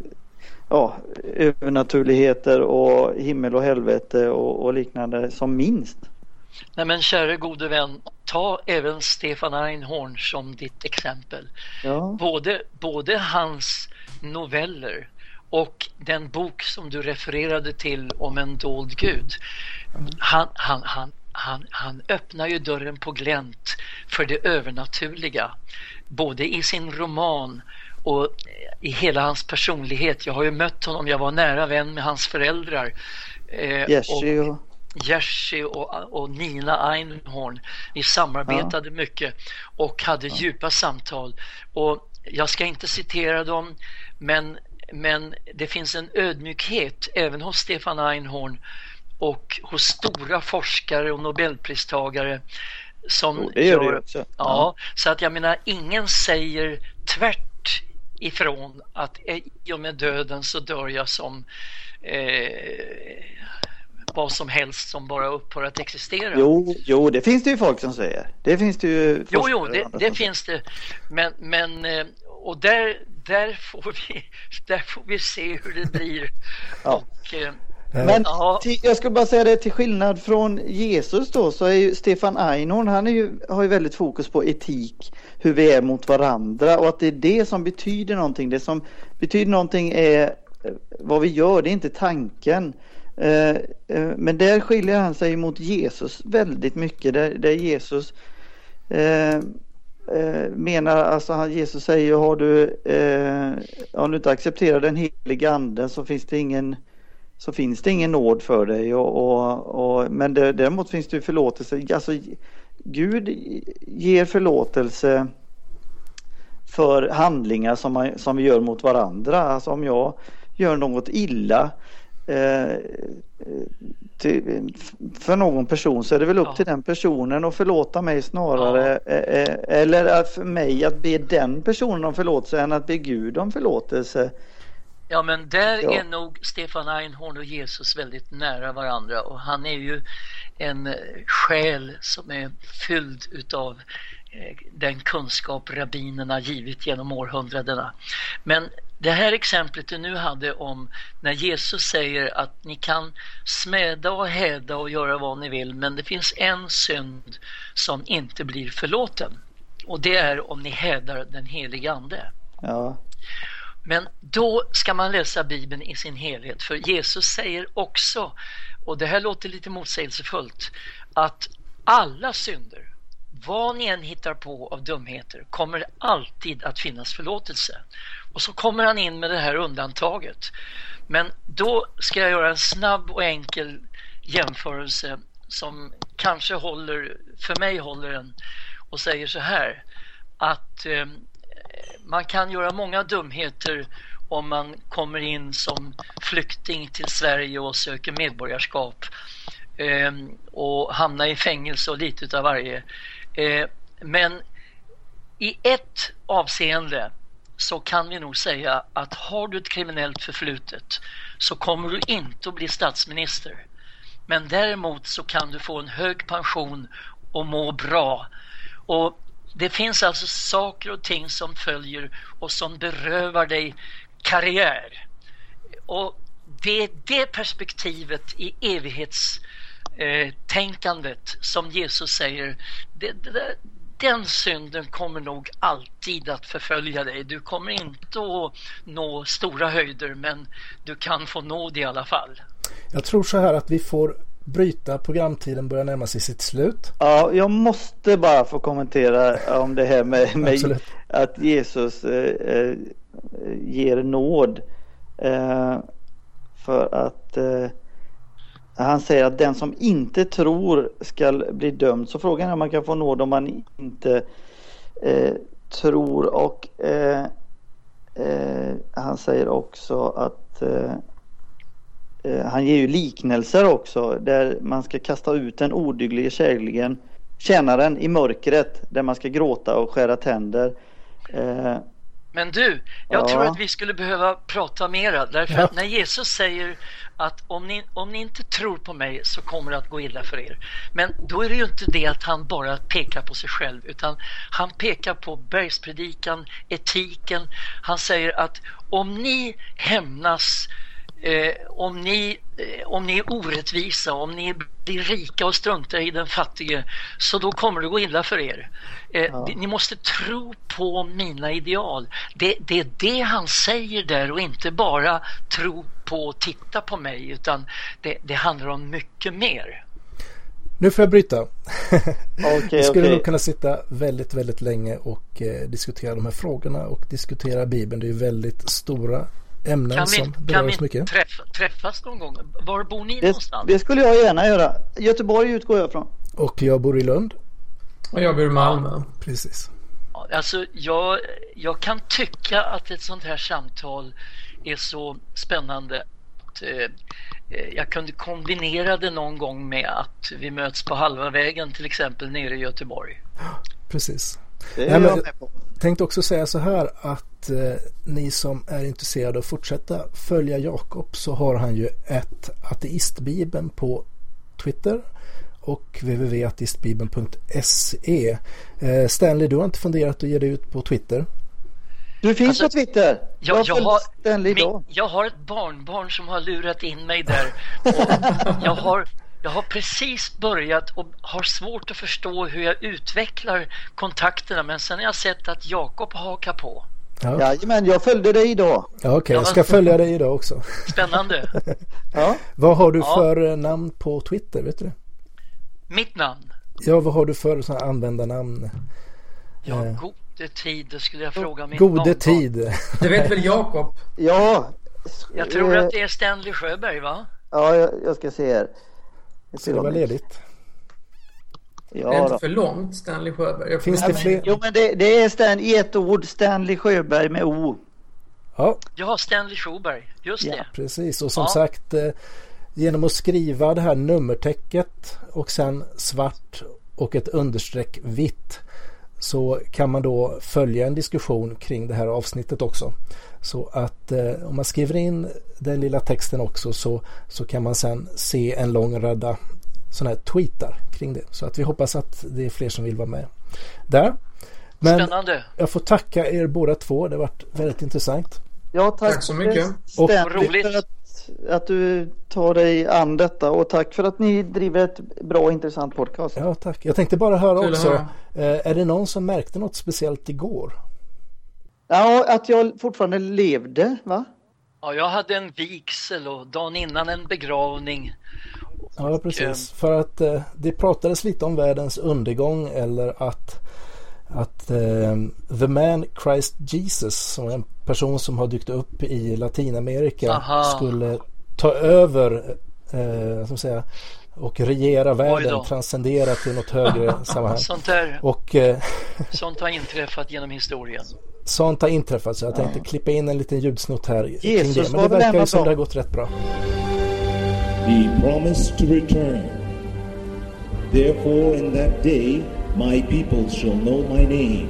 ja, övernaturligheter och himmel och helvete och, och liknande som minst. Nej, men kära gode vän, ta även Stefan Einhorn som ditt exempel. Ja. Både, både hans noveller och den bok som du refererade till om en dold gud. Han, han, han, han, han öppnar ju dörren på glänt för det övernaturliga. Både i sin roman och i hela hans personlighet. Jag har ju mött honom, jag var nära vän med hans föräldrar. Eh, Jerzy och... Jerzy och, och Nina Einhorn. Vi samarbetade ja. mycket och hade ja. djupa samtal. Och jag ska inte citera dem, men, men det finns en ödmjukhet även hos Stefan Einhorn och hos stora forskare och nobelpristagare som oh, det gör gör, det också. Ja, ja, så att jag menar, ingen säger tvärt ifrån att i och med döden så dör jag som eh, vad som helst som bara upphör att existera. Jo, jo, det finns det ju folk som säger. Det finns det ju. Jo, jo, det, det finns det. Men, men och där, där får vi, där får vi se hur det blir. Ja. Och, men ja. till, jag ska bara säga det, till skillnad från Jesus då, så är ju Stefan Einhorn, han är ju, har ju väldigt fokus på etik, hur vi är mot varandra, och att det är det som betyder någonting. Det som betyder någonting är vad vi gör, det är inte tanken. Men där skiljer han sig mot Jesus väldigt mycket, där, där Jesus eh, menar, alltså Jesus säger, har du eh, om du inte accepterar den heliga anden så finns det ingen så finns det ingen nåd för dig, och, och, och, men det, däremot finns det förlåtelse. Alltså Gud ger förlåtelse för handlingar som, man, som vi gör mot varandra. Alltså om jag gör något illa eh, till, för någon person, så är det väl upp ja. till den personen att förlåta mig snarare, ja. eh, eller för mig att be den personen om förlåtelse än att be Gud om förlåtelse. Ja, men där ja. är nog Stefan Einhorn och Jesus väldigt nära varandra, och han är ju en själ som är fylld utav den kunskap rabbinerna givit genom århundradena. Men det här exemplet du nu hade om när Jesus säger att ni kan smäda och häda och göra vad ni vill, men det finns en synd som inte blir förlåten, och det är om ni hädar den heliga ande. Ja. Men då ska man läsa Bibeln i sin helhet, för Jesus säger också, och det här låter lite motsägelsefullt, att alla synder, vad ni än hittar på av dumheter, kommer alltid att finnas förlåtelse. Och så kommer han in med det här undantaget. Men då ska jag göra en snabb och enkel jämförelse som kanske håller, för mig håller den, och säger så här, att eh, man kan göra många dumheter om man kommer in som flykting till Sverige och söker medborgarskap eh, och hamnar i fängelse och lite utav varje. Eh, men i ett avseende så kan vi nog säga att har du ett kriminellt förflutet så kommer du inte att bli statsminister. Men däremot så kan du få en hög pension och må bra. Och det finns alltså saker och ting som följer och som berövar dig karriär. Och det är det perspektivet i evighetstänkandet eh, som Jesus säger, det, det, den synden kommer nog alltid att förfölja dig. Du kommer inte att nå stora höjder, men du kan få nåd i alla fall. Jag tror så här att vi får bryta, programtiden börjar närma sig sitt slut. Ja, jag måste bara få kommentera om det här med, med att Jesus eh, ger nåd. Eh, för att eh, han säger att den som inte tror ska bli dömd. Så frågan är om man kan få nåd om man inte eh, tror. Och eh, eh, han säger också att eh, han ger ju liknelser också där man ska kasta ut den odyglige kärleken, tjänaren i mörkret där man ska gråta och skära tänder. Eh, Men du, jag ja. tror att vi skulle behöva prata mera därför Ja. att när Jesus säger att om ni, om ni inte tror på mig så kommer det att gå illa för er. Men då är det ju inte det att han bara pekar på sig själv, utan han pekar på bergspredikan, etiken. Han säger att om ni hämnas, Eh, om, ni, eh, om ni är orättvisa, om ni blir rika och struntar i den fattige, så då kommer det gå illa för er. Eh, Ja. Ni måste tro på mina ideal. Det, det är det han säger där, och inte bara tro på och titta på mig, utan det, det handlar om mycket mer. Nu får jag bryta. Okay, Vi skulle okay. nog kunna sitta väldigt, väldigt länge och eh, diskutera de här frågorna och diskutera Bibeln. Det är ju väldigt stora ämnen Kan som vi, berör kan oss vi mycket. träffa, träffas någon gång? Var bor ni det, någonstans? det skulle jag gärna göra. Göteborg utgår jag från. Och jag bor i Lund. Och jag bor i Malmö. Precis. Alltså jag, jag kan tycka att ett sånt här samtal är så spännande att eh, jag kunde kombinera det någon gång med att vi möts på halva vägen, till exempel nere i Göteborg. Precis. Det är Nej, men, jag med på. jag tänkte också säga så här att eh, ni som är intresserade av att fortsätta följa Jakob, så har han ju ett ateistbibeln på Twitter och w w w punkt ateistbibeln punkt se. Eh, Stanley, du har inte funderat att ge dig ut på Twitter? Du finns Alltså, på Twitter. Jag, jag, följde har, Stanley min, idag. jag har ett barnbarn som har lurat in mig där. Och jag, har, jag har precis börjat och har svårt att förstå hur jag utvecklar kontakterna. Men sen har jag sett att Jakob hakar på. Ja, Jajamän, jag följde dig idag. ja okej. Jag ska följa dig idag också. Spännande. Ja. Vad har du Ja. för eh, namn på Twitter, vet du det? Mitt namn? Ja, vad har du för sådana användarnamn? Ja, Eh. gode tid, det skulle jag fråga min Gode barnbarn. tid. Det vet väl Jakob? Ja. Jag tror eh, att det är Stanley Sjöberg, va? Ja, jag, jag ska se här. Jag Så det var ledigt. Det är Ja, inte då. för långt, Stanley Sjöberg. Jag Finns får- det fler? Jo, men det, det är Stan, i ett ord, Stanley Sjöberg med O. Ja, Ja, Stanley Sjöberg, just Ja. det. precis. Och som Ja. sagt, eh, genom att skriva det här nummertäcket och sen svart och ett understreck vitt, så kan man då följa en diskussion kring det här avsnittet också. Så att eh, om man skriver in den lilla texten också, så, så kan man sen se en lång radda sådana här tweetar kring det. Så att vi hoppas att det är fler som vill vara med där. Men Spännande. jag får tacka er båda två. Det har varit väldigt intressant. Ja, tack, Tack så mycket. Och- Stanley, Roligt. för att, att du tar dig an detta, och tack för att ni driver ett bra och intressant podcast. Ja, tack. Jag tänkte bara höra Kul att också, höra. eh, är det någon som märkte något speciellt igår? Ja, att jag fortfarande levde, va? Ja, jag hade en vigsel och dagen innan en begravning. Ja, precis. För att eh, det pratades lite om världens undergång, eller att, att eh, The Man Christ Jesus, som är en person som har dykt upp i Latinamerika, Aha. skulle ta över eh, som säga, och regera världen, transcendera till något högre sammanhang. Sånt, där, och, eh, sånt har inträffat genom historien. Sånt har inträffat, så jag tänkte ja. klippa in en liten ljudsnutt här Jesus, kring det. Men det verkar ju som det har gått rätt bra. He promised to return. Therefore in that day my people shall know my name.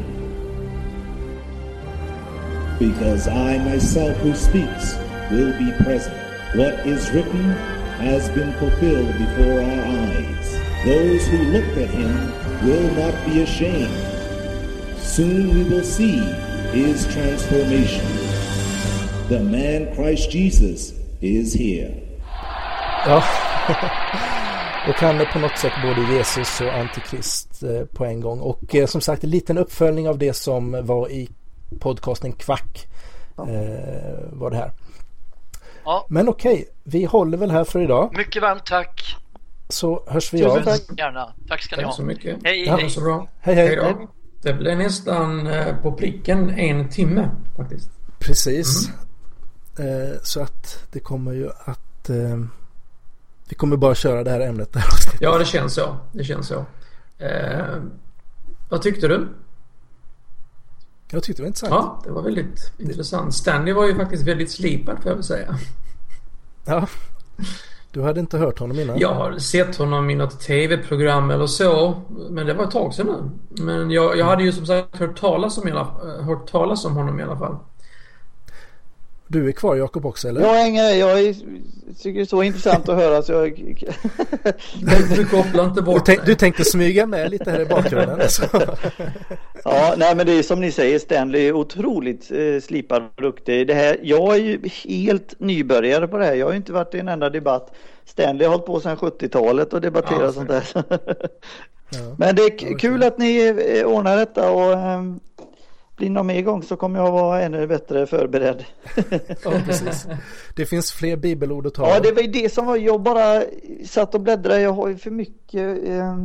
Because I myself who speaks will be present. What is written has been fulfilled before our eyes. Those who looked at him will not be ashamed. Soon we will see his transformation. The man Christ Jesus is here. Ja, och han är på något sätt både Jesus och antikrist på en gång. Och som sagt, en liten uppföljning av det som var i podcasten Kvack ja. eh, var det här. Ja. Men okej, vi håller väl här för idag. Mycket varmt tack. Så hörs vi av. Gärna. Tack ska ni ha. Tack så mycket. Hej, ja. hej. Så bra. Hej, hej. hej då. Det blir nästan på pricken en timme faktiskt. Precis. Mm. Eh, så att det kommer ju att eh, vi kommer bara köra det här ämnet där. Ja, det känns så. Det känns så. Eh, vad tyckte du? Jag tyckte det var intressant. Ja, det var väldigt det... intressant. Stanley var ju faktiskt väldigt slipad, får jag väl säga. Ja, du hade inte hört honom innan? Jag har sett honom i något tv-program eller så, men det var ett tag sedan nu. Men jag, jag hade ju som sagt hört talas om, hört talas om honom i alla fall. Du är kvar, Jakob, också, eller? Jag hänger, jag är, tycker det är så intressant att höra så jag... du kopplar inte bort. Du, tänk, du tänkte smyga med lite här i bakgrunden. Alltså. Ja, nej, men det är som ni säger, Stanley är otroligt eh, slipad och duktig. Det här, jag är ju helt nybörjare på det här. Jag har ju inte varit i en enda debatt. Stanley har hållit på sedan sjuttiotalet och debatterat ja, sånt där. Ja. Men det är kul att ni eh, ordnar detta och... Eh, blir någon mer gång så kommer jag vara ännu bättre förberedd. Ja, precis. Det finns fler bibelord att ta. Ja, det var ju det som var. Jag bara satt och bläddrade. Jag har ju för mycket... Eh...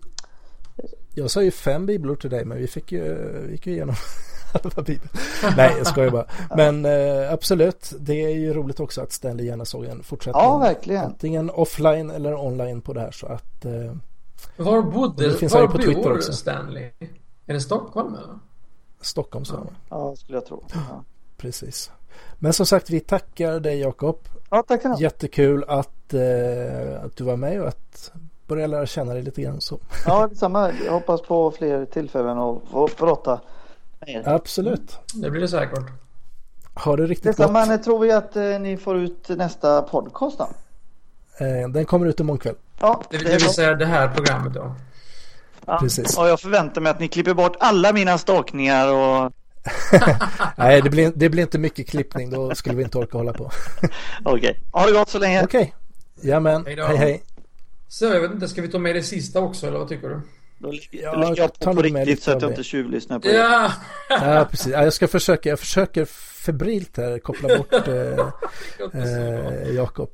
Jag sa ju fem bibelord till dig, men vi fick ju, vi gick ju igenom alla bibelord. Nej, jag skojar bara. Men eh, absolut, det är ju roligt också att Stanley gärna såg en fortsättning. Ja, verkligen. Antingen offline eller online på det här. Så att, eh, var bodde, det finns var på Twitter bor också. Stanley? Är det Stockholm eller? Stockholm, så. Ja, ja, skulle jag tro. Ja. Precis. Men som sagt, vi tackar dig, Jakob. Ja, tack. Jättekul att, eh, att du var med och att börja lära känna dig lite grann. Så. Ja, detsamma. Jag hoppas på fler tillfällen att få prata med er. Absolut. Det blir det säkert. Ha det riktigt detsamma, gott. Men tror vi att eh, ni får ut nästa podcast då? Eh, den kommer ut imorgon kväll. Ja, det, det vill säga det här programmet då. Ja. Precis. Och jag förväntar mig att ni klipper bort alla mina stakningar och... Nej, det blir, det blir inte mycket klippning. Då skulle vi inte orka hålla på. Okej, okay. Ha det gott så länge. Okej, okay. Jamen, hej, hej hej. Så jag vet inte, ska vi ta med det sista också eller vad tycker du? Då ja, lägger jag på, på riktigt så att jag inte tjuvlyssnar på det. Ja. Ja, precis. Jag ska försöka, jag försöker febrilt här koppla bort eh, eh, Jakob.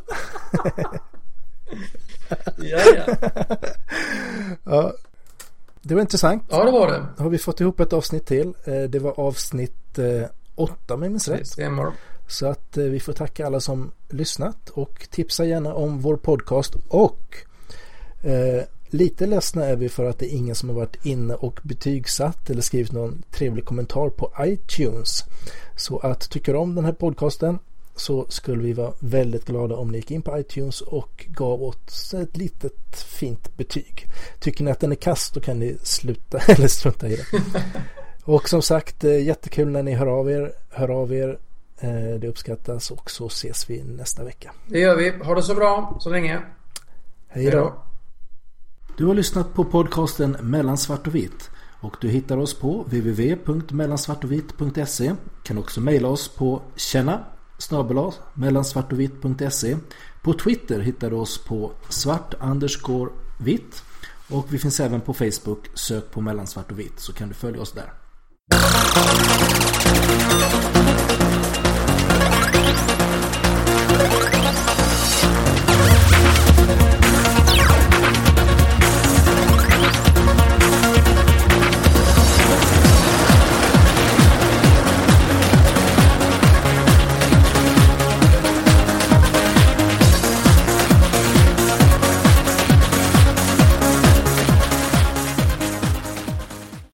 Ja, ja. Ja. Det var intressant. Ja, det var det. Då har vi fått ihop ett avsnitt till. Det var avsnitt åtta, om jag minns rätt. Så att vi får tacka alla som lyssnat och tipsa gärna om vår podcast. Och eh, lite ledsna är vi för att det är ingen som har varit inne och betygsatt eller skrivit någon trevlig kommentar på iTunes. Så att tycker du om den här podcasten så skulle vi vara väldigt glada om ni gick in på iTunes och gav oss ett litet fint betyg. Tycker ni att den är kast, då kan ni sluta eller strunta i det. Och som sagt, jättekul när ni hör av er. Hör av er. Det uppskattas och så ses vi nästa vecka. Det gör vi. Ha det så bra så länge. Hej då. Du har lyssnat på podcasten Mellan svart och vitt. Och du hittar oss på w w w punkt mellan svart och vitt punkt se. Kan också mejla oss på känna snabel-a mellan svart och vitt punkt se. På Twitter hittar du oss på svart underscore vitt. Och vi finns även på Facebook. Sök på mellan svart och vitt så kan du följa oss där.